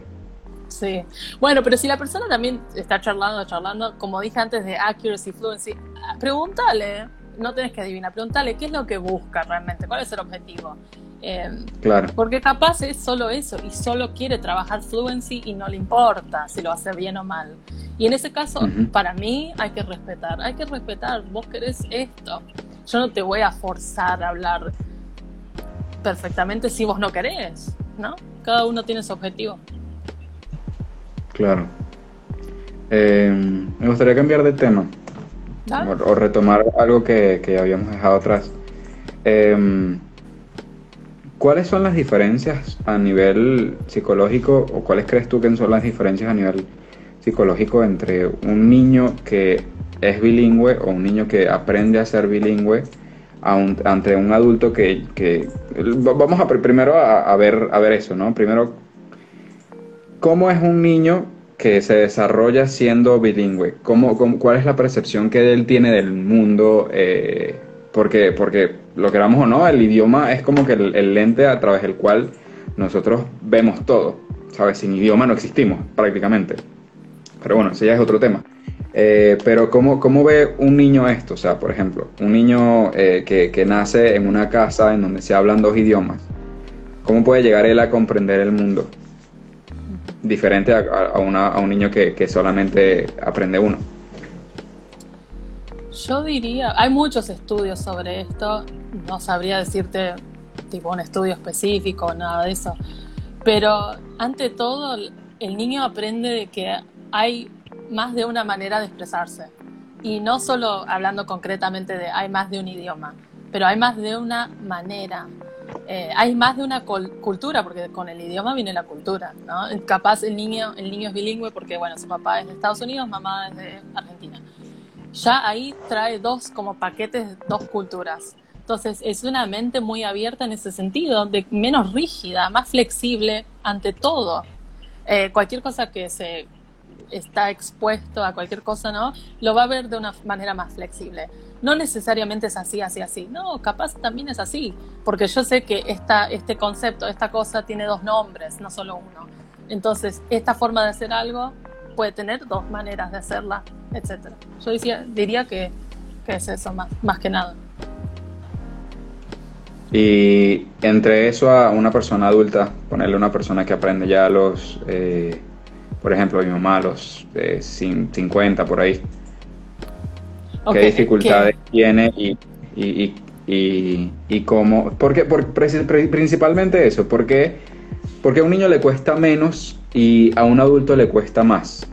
Sí. Bueno, pero si la persona también está charlando, charlando, como dije antes de accuracy, fluency, pregúntale. No tenés que adivinar, pregúntale qué es lo que busca realmente, cuál es el objetivo. Eh, claro. Porque capaz es solo eso y solo quiere trabajar fluency y no le importa si lo hace bien o mal. Y en ese caso, uh-huh. para mí hay que respetar, hay que respetar, vos querés esto. Yo no te voy a forzar a hablar perfectamente si vos no querés, ¿no? Cada uno tiene su objetivo. Claro. Eh, me gustaría cambiar de tema. ¿Ah? O, o retomar algo que, que habíamos dejado atrás. Eh, ¿Cuáles son las diferencias a nivel psicológico o cuáles crees tú que son las diferencias a nivel psicológico entre un niño que es bilingüe o un niño que aprende a ser bilingüe a un, ante un adulto que, que vamos a primero a, a ver a ver eso, ¿no? Primero, ¿cómo es un niño que se desarrolla siendo bilingüe? ¿Cómo, cómo, ¿Cuál es la percepción que él tiene del mundo? Eh, porque, porque lo queramos o no, el idioma es como que el, el lente a través del cual nosotros vemos todo, ¿sabes? Sin idioma no existimos prácticamente. Pero bueno, ese ya es otro tema. Eh, pero ¿cómo, ¿cómo ve un niño esto? O sea, por ejemplo, un niño eh, que, que nace en una casa en donde se hablan dos idiomas, ¿cómo puede llegar él a comprender el mundo? Diferente a, a, una, a un niño que, que solamente aprende uno. Yo diría, hay muchos estudios sobre esto, no sabría decirte tipo un estudio específico, nada de eso, pero ante todo el niño aprende de que hay más de una manera de expresarse y no solo hablando concretamente de hay más de un idioma, pero hay más de una manera. Eh, hay más de una col- cultura, porque con el idioma viene la cultura, ¿no? Capaz el niño, el niño es bilingüe porque, bueno, su papá es de Estados Unidos, mamá es de Argentina. Ya ahí trae dos como paquetes, dos culturas. Entonces es una mente muy abierta en ese sentido, de menos rígida, más flexible ante todo. Eh, cualquier cosa que se está expuesto a cualquier cosa, ¿no? Lo va a ver de una manera más flexible. No necesariamente es así, así, así. No, capaz también es así. Porque yo sé que esta, este concepto, esta cosa tiene dos nombres, no solo uno. Entonces, esta forma de hacer algo puede tener dos maneras de hacerla, etcétera. Yo decía, diría que, que es eso más, más que nada. Y entre eso a una persona adulta, ponerle una persona que aprende ya a los, eh, por ejemplo, mi mamá a los eh, cincuenta por ahí, qué Okay, dificultades que tiene y, y, y, y, y cómo, porque, por, principalmente eso, porque, porque a un niño le cuesta menos y a un adulto le cuesta más.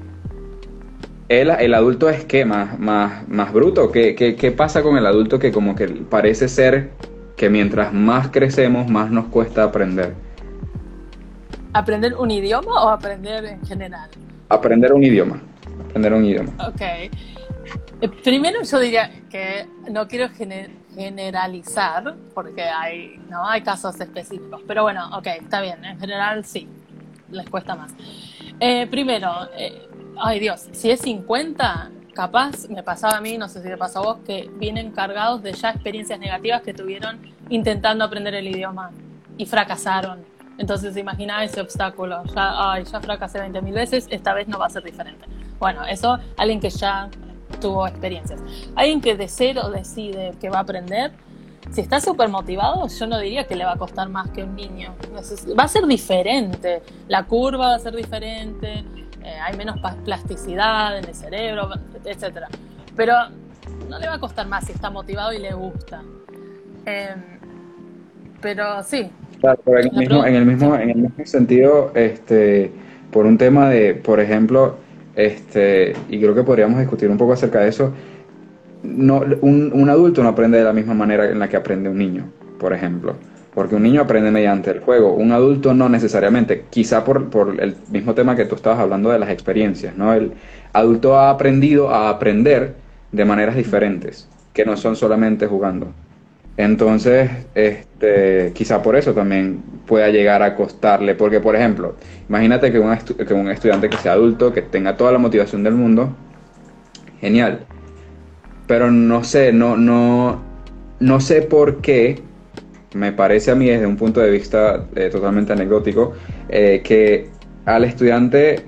El, el adulto es qué, más, más, más bruto. ¿Qué, qué, qué pasa con el adulto que como que parece ser que mientras más crecemos, más nos cuesta aprender? ¿aprender un idioma o aprender en general? Aprender un idioma. Aprender un idioma. Ok. Eh, Primero yo diría que no quiero gener- generalizar, porque hay, no, hay casos específicos, pero bueno, ok, está bien, en general sí, les cuesta más. Eh, primero, eh, ay Dios, si es cincuenta, capaz me pasaba a mí, no sé si te pasa a vos, que vienen cargados de ya experiencias negativas que tuvieron intentando aprender el idioma y fracasaron. Entonces imagina ese obstáculo, ya, ay, ya fracasé veinte mil veces, esta vez no va a ser diferente. Bueno, eso, alguien que ya tuvo experiencias. Alguien que de cero decide que va a aprender, si está súper motivado, yo no diría que le va a costar más que un niño. Va a ser diferente, la curva va a ser diferente, eh, hay menos plasticidad en el cerebro, etcétera. Pero no le va a costar más si está motivado y le gusta. Eh, pero sí. Claro, pero en el mismo, en el mismo, en el mismo sentido, este, por un tema de, por ejemplo, este, y creo que podríamos discutir un poco acerca de eso. No, un, un adulto no aprende de la misma manera en la que aprende un niño, por ejemplo. Porque un niño aprende mediante el juego, un adulto no necesariamente, quizá por, por el mismo tema que tú estabas hablando de las experiencias, ¿no? El adulto ha aprendido a aprender de maneras diferentes, que no son solamente jugando. Entonces, este, quizá por eso también pueda llegar a costarle, porque por ejemplo, imagínate que un, estu- que un estudiante que sea adulto, que tenga toda la motivación del mundo, genial, pero no sé, no, no, no sé por qué, me parece a mí desde un punto de vista eh, totalmente anecdótico, eh, que al estudiante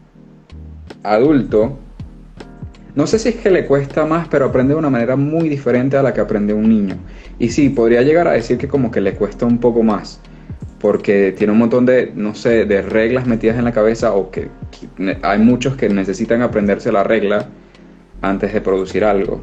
adulto, no sé si es que le cuesta más, pero aprende de una manera muy diferente a la que aprende un niño. Y sí, podría llegar a decir que como que le cuesta un poco más, porque tiene un montón de, no sé, de reglas metidas en la cabeza, o que, que hay muchos que necesitan aprenderse la regla antes de producir algo.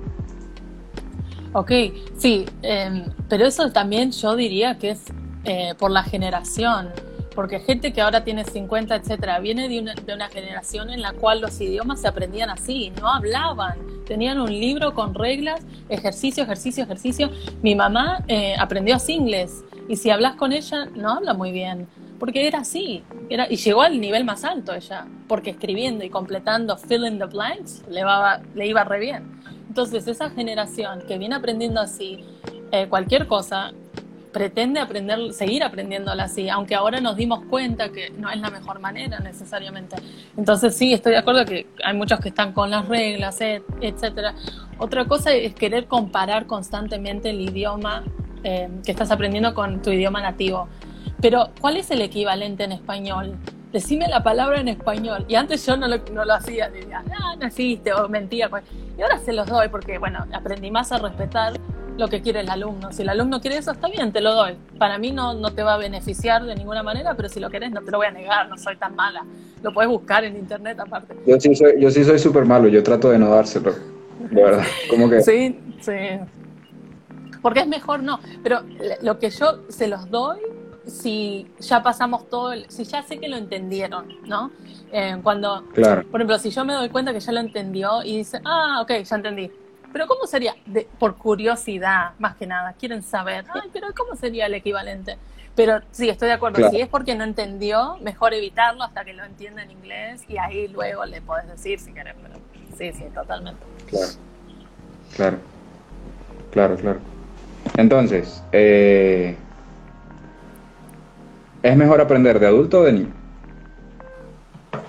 Ok, sí, eh, pero eso también yo diría que es eh, por la generación, porque gente que ahora tiene cincuenta, etcétera, viene de una, de una generación en la cual los idiomas se aprendían así, no hablaban, tenían un libro con reglas, ejercicio, ejercicio, ejercicio. Mi mamá eh, aprendió así inglés, y si hablas con ella no habla muy bien, porque era así, era, y llegó al nivel más alto ella, porque escribiendo y completando fill in the blanks le, va, le iba re bien. Entonces esa generación que viene aprendiendo así eh, cualquier cosa, pretende aprender, seguir aprendiéndola así, aunque ahora nos dimos cuenta que no es la mejor manera necesariamente. Entonces sí, estoy de acuerdo que hay muchos que están con las reglas, etcétera. Otra cosa es querer comparar constantemente el idioma eh, que estás aprendiendo con tu idioma nativo. Pero, ¿cuál es el equivalente en español? Decime la palabra en español. Y antes yo no lo, no lo hacía, diría, ah, no existe, o mentía. Y ahora se los doy porque, bueno, aprendí más a respetar lo que quiere el alumno. Si el alumno quiere eso, está bien, te lo doy. Para mí no, no te va a beneficiar de ninguna manera, pero si lo querés no te lo voy a negar, no soy tan mala. Lo puedes buscar en internet aparte. Yo sí soy, yo sí soy súper malo, yo trato de no dárselo, de verdad, como que... Sí, sí. Porque es mejor no. Pero lo que yo se los doy, si ya pasamos todo, el, si ya sé que lo entendieron, ¿no? Eh, cuando, Claro. por ejemplo, si yo me doy cuenta que ya lo entendió y dice, ah, ok, ya entendí. Pero ¿cómo sería? De, por curiosidad, más que nada, quieren saber, ay, pero ¿cómo sería el equivalente? Pero sí, estoy de acuerdo, Claro. si es porque no entendió, mejor evitarlo hasta que lo entienda en inglés y ahí luego le podés decir si querés, pero sí, sí, totalmente. Claro, claro, claro, claro. Entonces, eh, ¿es mejor aprender de adulto o de niño?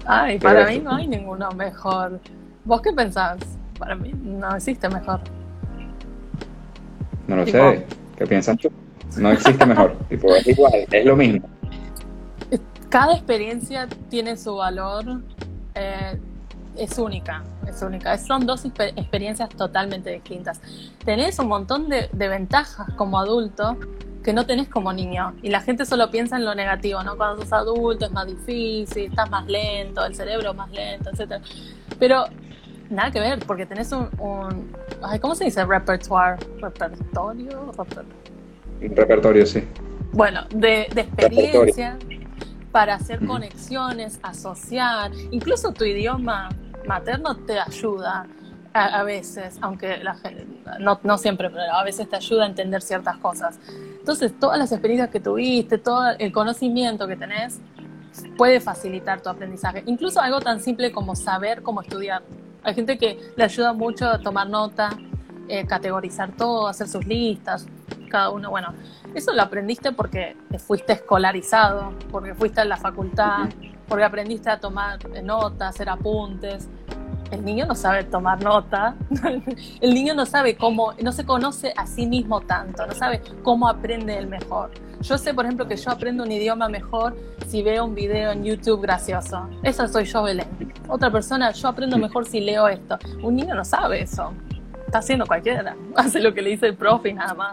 Ay, ¿Qué para crees mí tú? no hay ninguno mejor. ¿Vos qué pensás? Para mí no existe mejor. No lo Tipo, sé. ¿Qué piensas tú? No existe mejor. Tipo, es igual, es lo mismo. cada experiencia tiene su valor, eh, es única, es única. Son dos exper- experiencias totalmente distintas. Tenés un montón de, de ventajas como adulto que no tenés como niño. Y la gente solo piensa en lo negativo, ¿no? Cuando sos adulto es más difícil, estás más lento, el cerebro más lento, etcétera. Pero nada que ver, porque tenés un, un ay, ¿cómo se dice? Repertoire, repertorio, reper... Un repertorio, sí. bueno, de, de Repertorio. experiencia para hacer Ujú. conexiones, asociar. Incluso tu idioma materno te ayuda a, a veces, aunque la gente, no, no siempre, pero a veces te ayuda a entender ciertas cosas. Entonces, todas las experiencias que tuviste, todo el conocimiento que tenés, puede facilitar tu aprendizaje. Incluso algo tan simple como saber cómo estudiar. Hay gente que le ayuda mucho a tomar nota, eh, categorizar todo, hacer sus listas, cada uno, bueno, eso lo aprendiste porque fuiste escolarizado, porque fuiste a la facultad, Ujú. porque aprendiste a tomar notas, hacer apuntes. El niño no sabe tomar nota, el niño no sabe cómo, no se conoce a sí mismo tanto, no sabe cómo aprende el mejor. Yo sé, por ejemplo, que yo aprendo un idioma mejor si veo un video en YouTube gracioso. Esa soy yo, Belén. Otra persona, yo aprendo mejor si leo esto. Un niño no sabe eso. Está haciendo cualquiera. Hace lo que le dice el profe y nada más.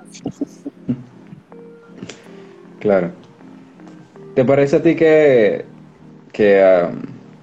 Claro. ¿Te parece a ti que, que um,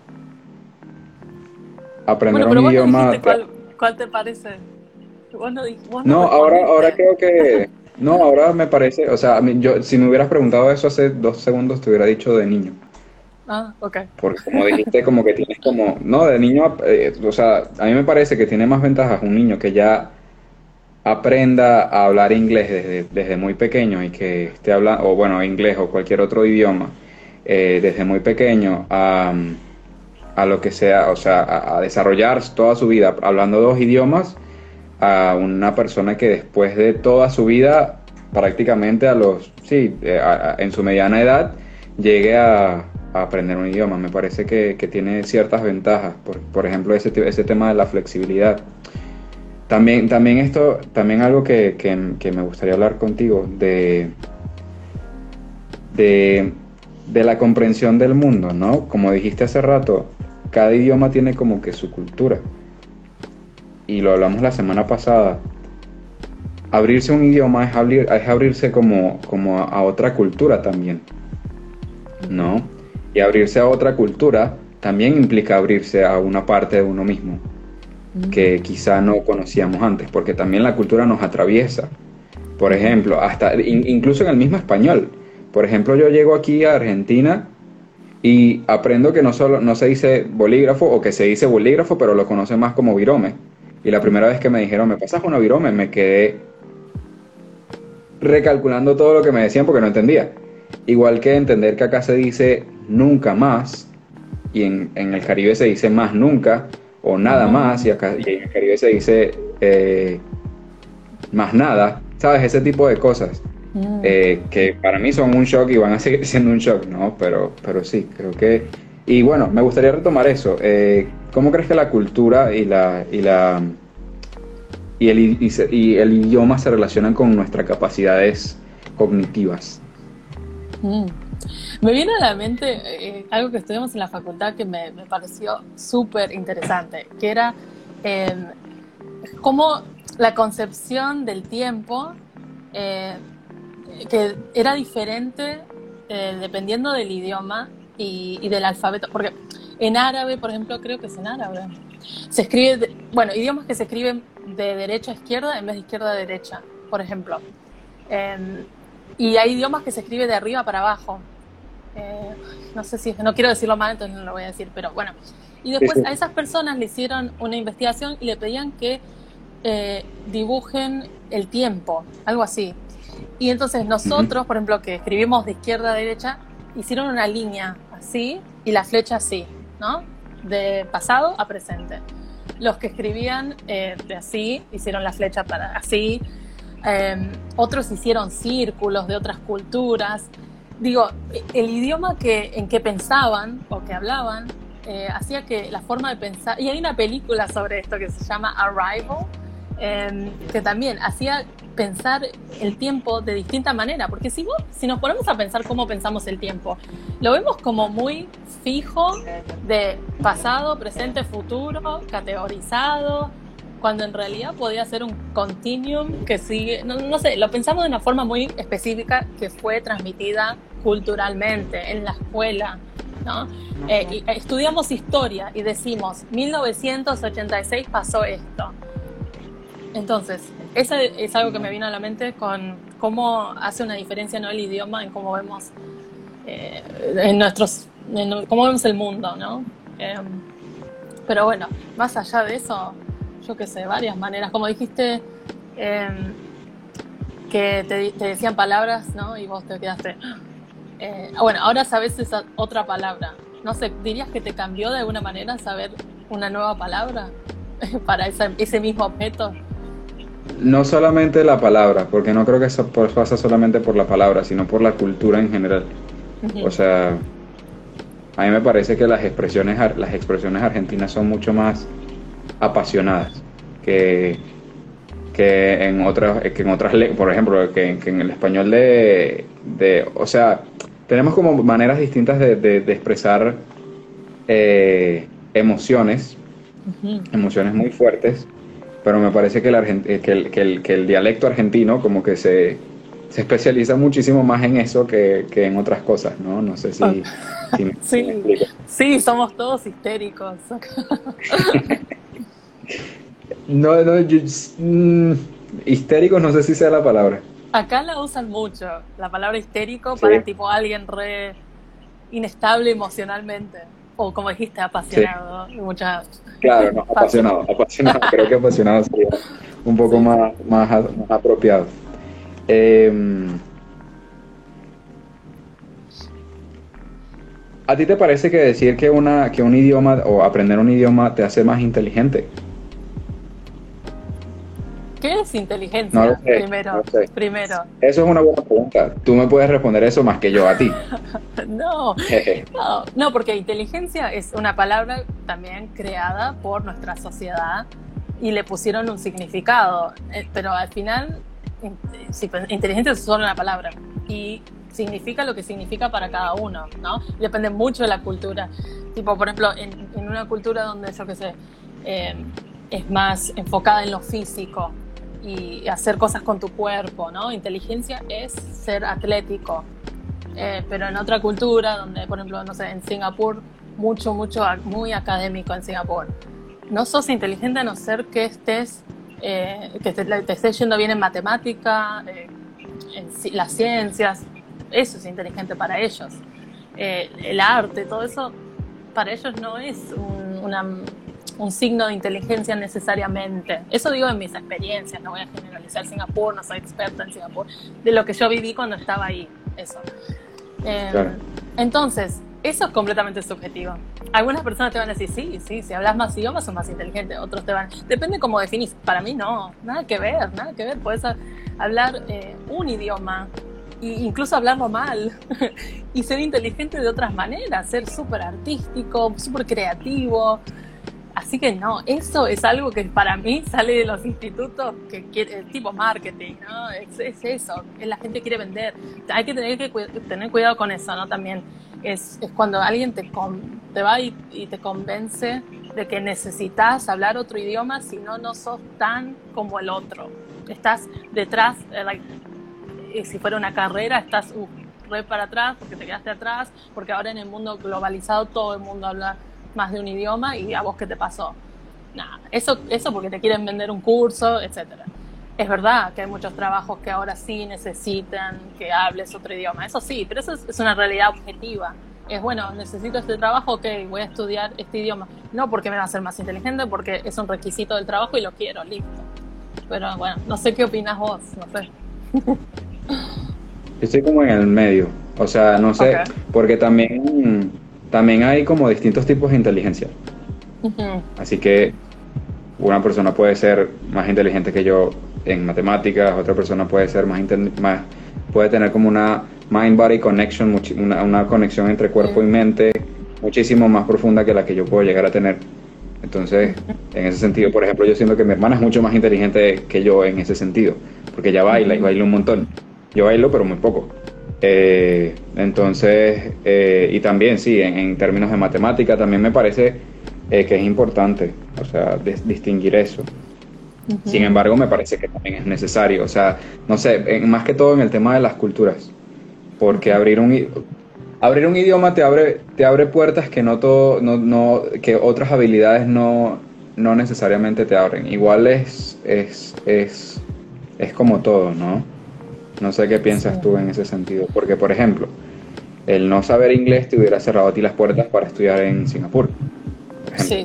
aprender Bueno, un pero vos no idioma... dijiste te- cuál, cuál te parece. Vos no, vos no No, ahora, ahora respondiste. creo que... No, ahora me parece... O sea, a mí- yo, si me hubieras preguntado eso hace dos segundos, te hubiera dicho de niño. Ah, ok. Porque como dijiste, como que tienes como... No, de niño, eh, o sea, a mí me parece que tiene más ventajas un niño que ya aprenda a hablar inglés desde, desde muy pequeño y que esté hablando, o bueno, inglés o cualquier otro idioma, eh, desde muy pequeño a, a lo que sea, o sea, a, a desarrollar toda su vida hablando dos idiomas, a una persona que después de toda su vida, prácticamente a los, sí, eh, a- a- en su mediana edad, llegue a, a aprender un idioma. Me parece que, que tiene ciertas ventajas, por, por ejemplo, ese, te- ese tema de la flexibilidad. También, también esto, también algo que, que- que me gustaría hablar contigo de, de, de la comprensión del mundo, ¿no? Como dijiste hace rato, cada idioma tiene como que su cultura. Y lo hablamos la semana pasada. Abrirse a un idioma es, abrir, es abrirse como, como a, a otra cultura también, Ujú. ¿no? Y abrirse a otra cultura también implica abrirse a una parte de uno mismo Mm. que quizá no conocíamos antes, porque también la cultura nos atraviesa. Por Ujú. ejemplo, hasta in- incluso en el mismo español. Por ejemplo, yo llego aquí a Argentina y aprendo que no solo no se dice bolígrafo o que se dice bolígrafo, pero lo conocen más como virome. Y la primera vez que me dijeron, ¿me pasas una virome? Me quedé recalculando todo lo que me decían porque no entendía. Igual que entender que acá se dice nunca más y en, en el Caribe se dice más nunca o nada más Ujú. y, acá, y en el Caribe se dice eh, más nada, ¿sabes? Ese tipo de cosas Mm. eh, que para mí son un shock y van a seguir siendo un shock, ¿no? Pero, pero sí, creo que... Y bueno, me gustaría retomar eso. Eh, ¿cómo crees que la cultura y la... Y la y el, y, se- y el idioma se relacionan con nuestras capacidades cognitivas? Mm. Me viene a la mente eh, algo que estudiamos en la facultad que me, me pareció súper interesante, que era eh, cómo la concepción del tiempo, eh, que era diferente eh, dependiendo del idioma y, y del alfabeto, porque en árabe, por ejemplo, creo que es en árabe, se escribe, de- bueno, idiomas que se escriben de derecha a izquierda en vez de izquierda a derecha, por ejemplo. Eh, y hay idiomas que se escribe de arriba para abajo. Eh, no sé si, no quiero decirlo mal, entonces no lo voy a decir, pero bueno. Y Sí, después sí. a esas personas le hicieron una investigación y le pedían que eh, dibujen el tiempo, algo así. Y entonces Ujú. nosotros, por ejemplo, que escribimos de izquierda a derecha, hicieron una línea así y la flecha así, ¿no? De pasado a presente. Los que escribían eh, de así, hicieron la flecha para así. Eh, otros hicieron círculos de otras culturas. Digo, el idioma que, en que pensaban o que hablaban eh, hacía que la forma de pensar, y hay una película sobre esto que se llama Arrival, eh, que también hacía pensar el tiempo de distinta manera, porque si, vos, si nos ponemos a pensar cómo pensamos el tiempo, lo vemos como muy fijo de pasado, presente, futuro, categorizado, cuando en realidad podía ser un continuum que sigue, no, no sé, lo pensamos de una forma muy específica que fue transmitida culturalmente en la escuela, ¿no? Eh, y, eh, estudiamos historia y decimos, mil novecientos ochenta y seis pasó esto. Entonces, eso es algo que me vino a la mente con cómo hace una diferencia, ¿no?, el idioma en cómo vemos eh, en nuestros, en cómo vemos el mundo, ¿no? Eh, pero bueno, más allá de eso, yo qué sé, varias maneras. Como dijiste, eh, que te, te decían palabras, ¿no? Y vos te quedaste... Eh, bueno, ahora sabes esa otra palabra. No sé, ¿dirías que te cambió de alguna manera saber una nueva palabra para esa, ese mismo objeto? No solamente la palabra, porque no creo que eso pasa solamente por la palabra, sino por la cultura en general. Uh-huh. O sea, a mí me parece que las expresiones, las expresiones argentinas son mucho más apasionadas que, que en otras, que en otras lenguas, por ejemplo, que, que en el español de, de, o sea, tenemos como maneras distintas de, de, de expresar eh, emociones, uh-huh. emociones muy fuertes, pero me parece que el, argent, que el, que el, que el dialecto argentino como que se, se especializa muchísimo más en eso que, que en otras cosas, ¿no? No sé si, oh. si, me, sí, si me explico. Sí, somos todos histéricos. No, no, yo, mm, histéricos no sé si sea la palabra. Acá la usan mucho, la palabra histérico, ¿sí?, para tipo alguien re inestable emocionalmente. O como dijiste, apasionado. Sí. Muchas... Claro, no, apasionado, apasionado. Creo que apasionado sería un poco sí. más, más, más apropiado. Eh, ¿A ti te parece que decir que, una, que un idioma o aprender un idioma te hace más inteligente? ¿Qué es inteligencia? No lo sé, primero, no lo sé. primero. Eso es una buena pregunta. Tú me puedes responder eso más que yo a ti. no, no, no, porque inteligencia es una palabra también creada por nuestra sociedad y le pusieron un significado. Pero al final, inteligencia es solo una palabra y significa lo que significa para cada uno, ¿no? Depende mucho de la cultura. Tipo, por ejemplo, en, en una cultura donde, yo qué sé, eh, es más enfocada en lo físico y hacer cosas con tu cuerpo, ¿no? Inteligencia es ser atlético. Eh, pero en otra cultura, donde, por ejemplo, no sé, en Singapur, mucho, mucho, muy académico en Singapur. No sos inteligente a no ser que estés, eh, que te, te estés yendo bien en matemática, eh, en las ciencias. Eso es inteligente para ellos. Eh, el arte, todo eso, para ellos no es un, una... un signo de inteligencia necesariamente. Eso digo en mis experiencias, no voy a generalizar Singapur, no soy experta en Singapur, de lo que yo viví cuando estaba ahí, eso. Eh, claro. Entonces, eso es completamente subjetivo. Algunas personas te van a decir, sí, sí, si hablas más idiomas sos más inteligente, otros te van... Depende cómo definís. Para mí no, nada que ver, nada que ver. Puedes hablar eh, un idioma e incluso hablarlo mal y ser inteligente de otras maneras, ser súper artístico, súper creativo. Así que no, eso es algo que para mí sale de los institutos que quiere, tipo marketing, ¿no? Es, es eso, la gente quiere vender. Hay que tener, que tener cuidado con eso, ¿no? También es, es cuando alguien te, con, te va y, y te convence de que necesitas hablar otro idioma, si no, no sos tan como el otro. Estás detrás, eh, like, si fuera una carrera, estás uh, re para atrás porque te quedaste atrás, porque ahora en el mundo globalizado todo el mundo habla más de un idioma y a vos qué te pasó. Nada, eso, eso porque te quieren vender un curso, etcétera. Es verdad que hay muchos trabajos que ahora sí necesitan que hables otro idioma, eso sí, pero eso es, es una realidad objetiva. Es bueno, necesito este trabajo, ok, voy a estudiar este idioma. No porque me va a hacer más inteligente, porque es un requisito del trabajo y lo quiero, listo. Pero bueno, no sé qué opinas vos, no sé. Estoy como en el medio, o sea, no sé, okay. Porque también... También hay como distintos tipos de inteligencia. Uh-huh. Así que una persona puede ser más inteligente que yo en matemáticas, otra persona puede ser más, inte- más puede tener como una mind-body connection, una, una conexión entre cuerpo uh-huh. y mente muchísimo más profunda que la que yo puedo llegar a tener. Entonces, en ese sentido, por ejemplo, yo siento que mi hermana es mucho más inteligente que yo en ese sentido, porque ella baila y baila un montón. Yo bailo, pero muy poco. Eh, entonces, eh, y también, sí, en, en términos de matemática, también me parece eh, que es importante, o sea, dis- distinguir eso. Sin Ujú. embargo, me parece que también es necesario, o sea, no sé, en- más que todo en el tema de las culturas, porque Ujú. abrir un, i- abrir un idioma te abre, te abre puertas que no todo, no, no, que otras habilidades no, no necesariamente te abren. Igual es, es, es, es como todo, ¿no? No sé qué Sí, piensas tú en ese sentido, porque por ejemplo, el no saber inglés te hubiera cerrado a ti las puertas para estudiar en Singapur, por ejemplo, sí,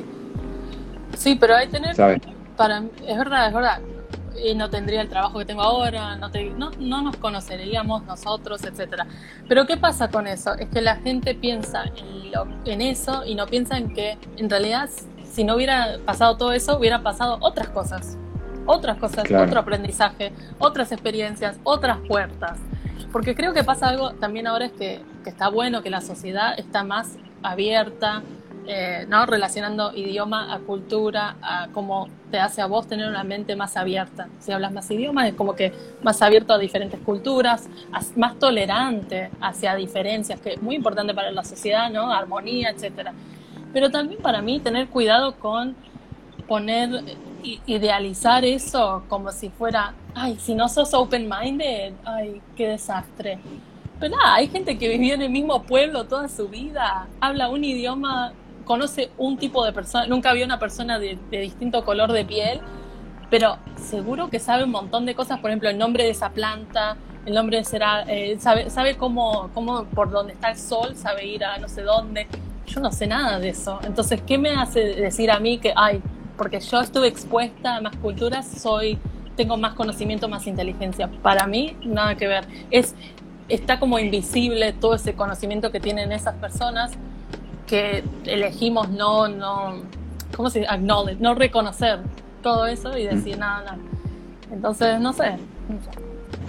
sí, pero hay que tener, ¿sabes? para, es verdad, es verdad, y no tendría el trabajo que tengo ahora, no, te- no, no nos conoceríamos nosotros, etcétera. Pero ¿qué pasa con eso? Es que la gente piensa en, lo, en eso y no piensa en que en realidad si no hubiera pasado todo eso, hubiera pasado otras cosas, otras cosas, Claro. otro aprendizaje, otras experiencias, otras puertas. Porque creo que pasa algo también ahora es que, que está bueno, que la sociedad está más abierta, eh, ¿no? Relacionando idioma a cultura, a cómo te hace a vos tener una mente más abierta. Si hablas más idiomas, es como que más abierto a diferentes culturas, a- más tolerante hacia diferencias, que es muy importante para la sociedad, ¿no? Armonía, etcétera. Pero también para mí tener cuidado con poner, idealizar eso como si fuera, ay, si no sos open-minded, ay, qué desastre. Pero nada, hay gente que vivió en el mismo pueblo toda su vida, habla un idioma, conoce un tipo de persona, nunca vio una persona de, de distinto color de piel, pero seguro que sabe un montón de cosas, por ejemplo, el nombre de esa planta, el nombre será, eh, sabe, sabe cómo, cómo, por donde está el sol, sabe ir a no sé dónde. Yo no sé nada de eso. Entonces, ¿qué me hace decir a mí que, ay, porque yo estuve expuesta a más culturas, soy, tengo más conocimiento, más inteligencia? Para mí, nada que ver. Es, está como invisible todo ese conocimiento que tienen esas personas que elegimos no, no, ¿cómo se dice? Acknowledge, no reconocer todo eso y Mm, decir nada, nada. Entonces, no sé. No sé.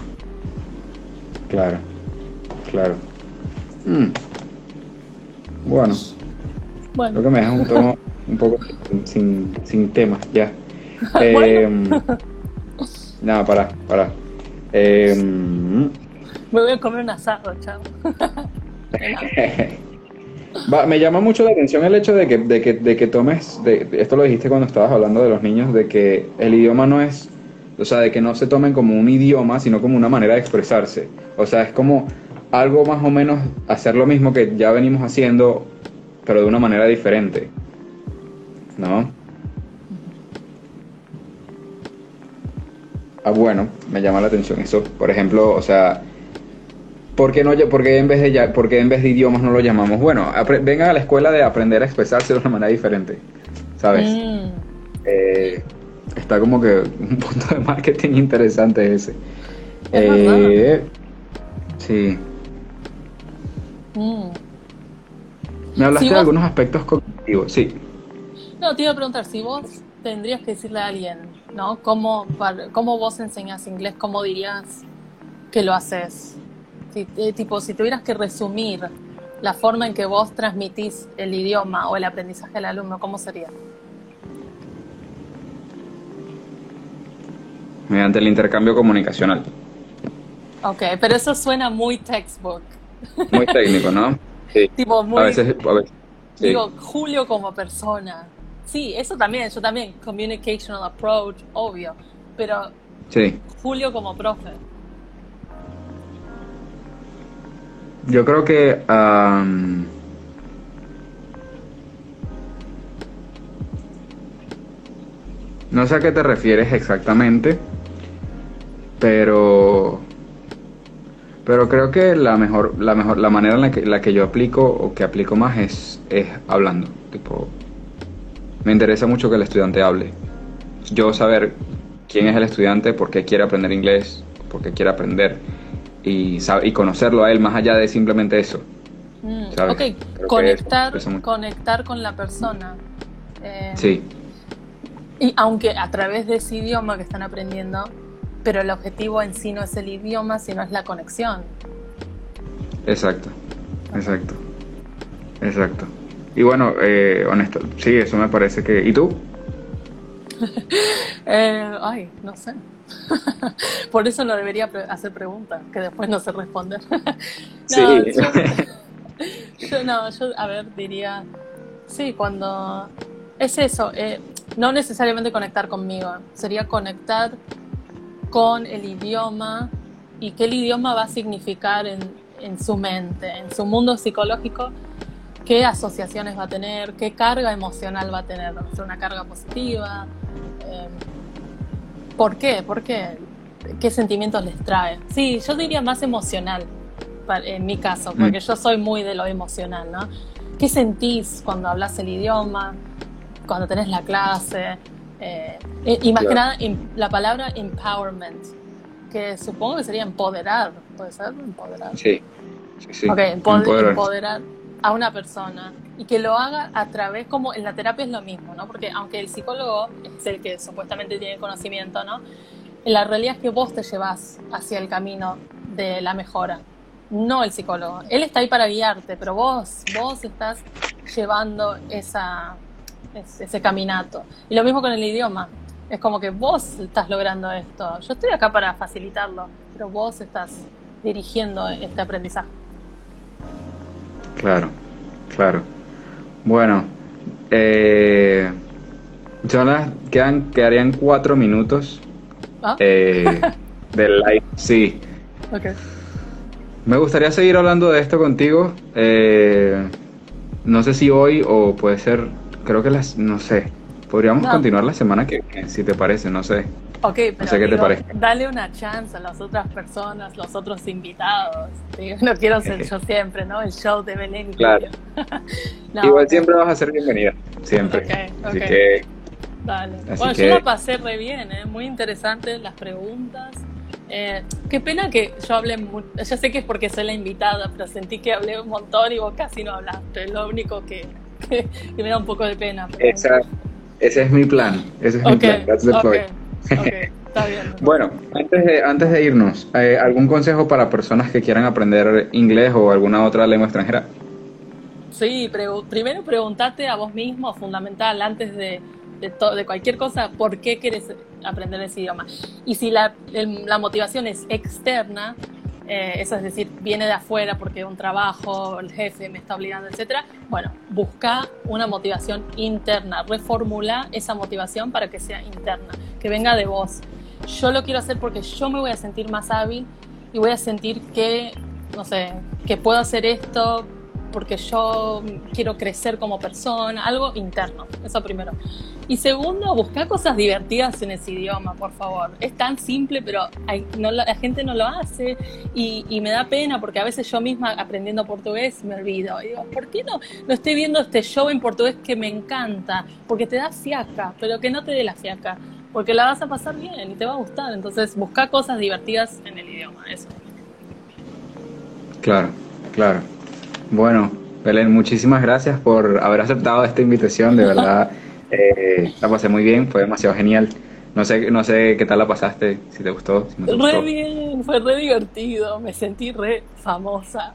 claro, claro. Mm, bueno, creo Bueno, que me dejas un tono un poco sin, sin, sin temas ya. bueno, Eh, nada, para, para. Eh, me voy a comer un asado, chao. De nada. Va, me llama mucho la atención el hecho de que, de que, de que tomes, de, esto lo dijiste cuando estabas hablando de los niños, de que el idioma no es, o sea, de que no se tomen como un idioma, sino como una manera de expresarse. O sea, es como algo más o menos hacer lo mismo que ya venimos haciendo, pero de una manera diferente, ¿no? Ah, bueno, me llama la atención eso. Por ejemplo, o sea, ¿por qué no, ll- por qué en vez de, ya- por qué en vez de idiomas no lo llamamos? Bueno, apre- vengan a la escuela de aprender a expresarse de una manera diferente, ¿sabes? Mm, Eh, está como que un punto de marketing interesante ese. es verdad. Eh, sí. Mm. Me Si hablaste de vos, algunos aspectos cognitivos. Sí. no, te iba a preguntar, si vos tendrías que decirle a alguien, ¿no? ¿Cómo, para- cómo vos enseñas inglés? ¿Cómo dirías que lo haces? Si, eh, tipo, si tuvieras que resumir la forma en que vos transmitís el idioma o el aprendizaje al alumno, ¿cómo sería? Mediante el intercambio comunicacional. Ok, pero eso suena muy textbook. Muy técnico, ¿no? Sí. Tipo, A muy, veces, a veces. Sí. digo, Julio como persona. Sí, eso también, yo también, communicational approach, obvio, pero Sí. Julio como profe. Yo creo que am, no sé a qué te refieres exactamente, pero pero creo que la mejor la mejor la manera en la que la que yo aplico o que aplico más es es hablando. Tipo, me interesa mucho que el estudiante hable. Yo saber quién es el estudiante, por qué quiere aprender inglés, por qué quiere aprender y, sab- y conocerlo a él más allá de simplemente eso, Mm, ok, ¿sabes? Creo que eso me conectar, interesa mucho. conectar con la persona. Eh, Sí, y aunque a través de ese idioma que están aprendiendo, pero el objetivo en sí no es el idioma, sino es la conexión. exacto, Ok. exacto, exacto. y bueno, eh, honesto, sí, eso me parece que... ¿Y tú? Eh, ay, no sé. Por eso no debería pre- hacer preguntas, que después no sé responder. No, Sí. yo, yo no, yo, a ver, diría, sí, cuando es eso, eh, no necesariamente conectar conmigo, sería conectar con el idioma y qué el idioma va a significar en, en su mente, en su mundo psicológico, qué asociaciones va a tener, qué carga emocional va a tener, ¿va a ser una carga positiva? Eh, ¿Por qué? ¿Por qué? ¿Qué sentimientos les trae? Sí, yo diría más emocional, pa- en mi caso, Mm, porque yo soy muy de lo emocional, ¿no? ¿Qué sentís cuando hablas el idioma, cuando tenés la clase? Eh, y, y más que claro. nada, em- la palabra empowerment, que supongo que sería empoderar, ¿puede ser? Empoderar. Sí, sí, sí. Ok, empoder- Empoderar. empoderar a una persona y que lo haga a través, como en la terapia es lo mismo, ¿no? Porque aunque el psicólogo es el que supuestamente tiene conocimiento, ¿no? La realidad es que vos te llevas hacia el camino de la mejora, no el psicólogo. Él está ahí para guiarte, pero vos, vos estás llevando esa, ese, ese caminato. Y lo mismo con el idioma. Es como que vos estás logrando esto. Yo estoy acá para facilitarlo, pero vos estás dirigiendo este aprendizaje. Claro, claro. Bueno, eh, son las, quedan, quedarían cuatro minutos ¿Ah? eh, del live. Sí, Ok. me gustaría seguir hablando de esto contigo. Eh, no sé si hoy o puede ser, creo que las, no sé. Podríamos No, continuar la semana que viene, si te parece, no sé. ok, No sé pero qué te digo, parece. dale una chance a las otras personas, los otros invitados. Digo, no quiero ser yo siempre, ¿no? El show de Belén y Claro. Julio. No, Igual ok, siempre vas a ser bienvenida, siempre. ok, Así ok. que, Dale. así Bueno, yo que, la pasé re bien, ¿eh? Muy interesantes las preguntas. Eh, qué pena que yo hablé, mu- ya sé que es porque soy la invitada, pero sentí que hablé un montón y vos casi no hablaste. Es lo único que, que, que me da un poco de pena. Pero... esa, ese es mi plan. Ese es mi Ok, plan. That's the ok, point. ok, está bien. Bueno, antes de, antes de irnos, eh, ¿algún consejo para personas que quieran aprender inglés o alguna otra lengua extranjera? Sí, pregu- primero preguntate a vos mismo, fundamental, antes de, de, to- de cualquier cosa, ¿por qué quieres aprender ese idioma? Y si la, el- la motivación es externa, eh, eso es decir, viene de afuera porque un trabajo, el jefe me está obligando, etcétera, bueno, busca una motivación interna, reformula esa motivación para que sea interna, que venga de vos. Yo lo quiero hacer porque yo me voy a sentir más hábil y voy a sentir que, no sé, que puedo hacer esto porque yo quiero crecer como persona, algo interno, eso primero. Y segundo, buscar cosas divertidas en ese idioma, por favor. Es tan simple, pero hay, no, la gente no lo hace y, y me da pena porque a veces yo misma aprendiendo portugués me olvido. Y digo, ¿por qué no, no estoy viendo este show en portugués que me encanta? Porque te da fiaca, pero que no te dé la fiaca, porque la vas a pasar bien y te va a gustar. Entonces, buscar cosas divertidas en el idioma, eso. Claro, claro. Bueno, Belén, muchísimas gracias por haber aceptado esta invitación. De verdad, eh, la pasé muy bien, fue demasiado genial. No sé, no sé qué tal la pasaste, si te gustó, si no te Re gustó. bien, fue re divertido, me sentí re famosa.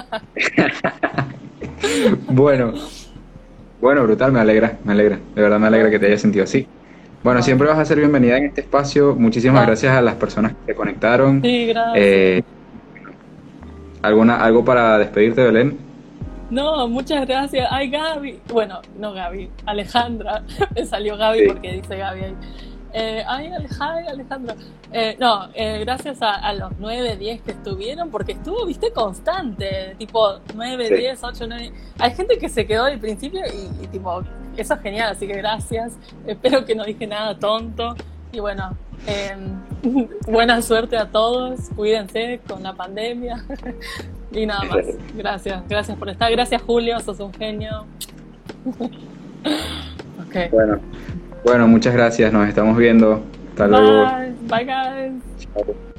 Bueno, bueno, brutal, me alegra, me alegra. De verdad me alegra que te Bueno, hayas sentido así. Bueno, siempre bueno. vas a ser bienvenida en este espacio. Muchísimas gracias Gracias. a las personas que se conectaron. Sí, gracias. Eh, ¿alguna, algo para despedirte, Belén? No, muchas gracias. Ay, Gaby. Bueno, no Gaby, Alejandra. Me salió Gaby Sí, porque dice Gaby ahí. Eh, ay, Alej- ay, Alejandra. Eh, no, eh, gracias a, a los nueve, diez que estuvieron, porque estuvo, viste, constante. Tipo nueve, sí. diez, ocho, nueve. Hay gente que se quedó al principio y, y tipo, eso es genial, así que gracias. Espero que no dije nada tonto. Y bueno, eh, buena suerte a todos. Cuídense con la pandemia. Y nada más. Gracias, gracias por estar. Gracias, Julio, sos un genio. Ok. Bueno, bueno, muchas gracias, nos estamos viendo. Hasta luego. Bye. Bye, guys. Chao.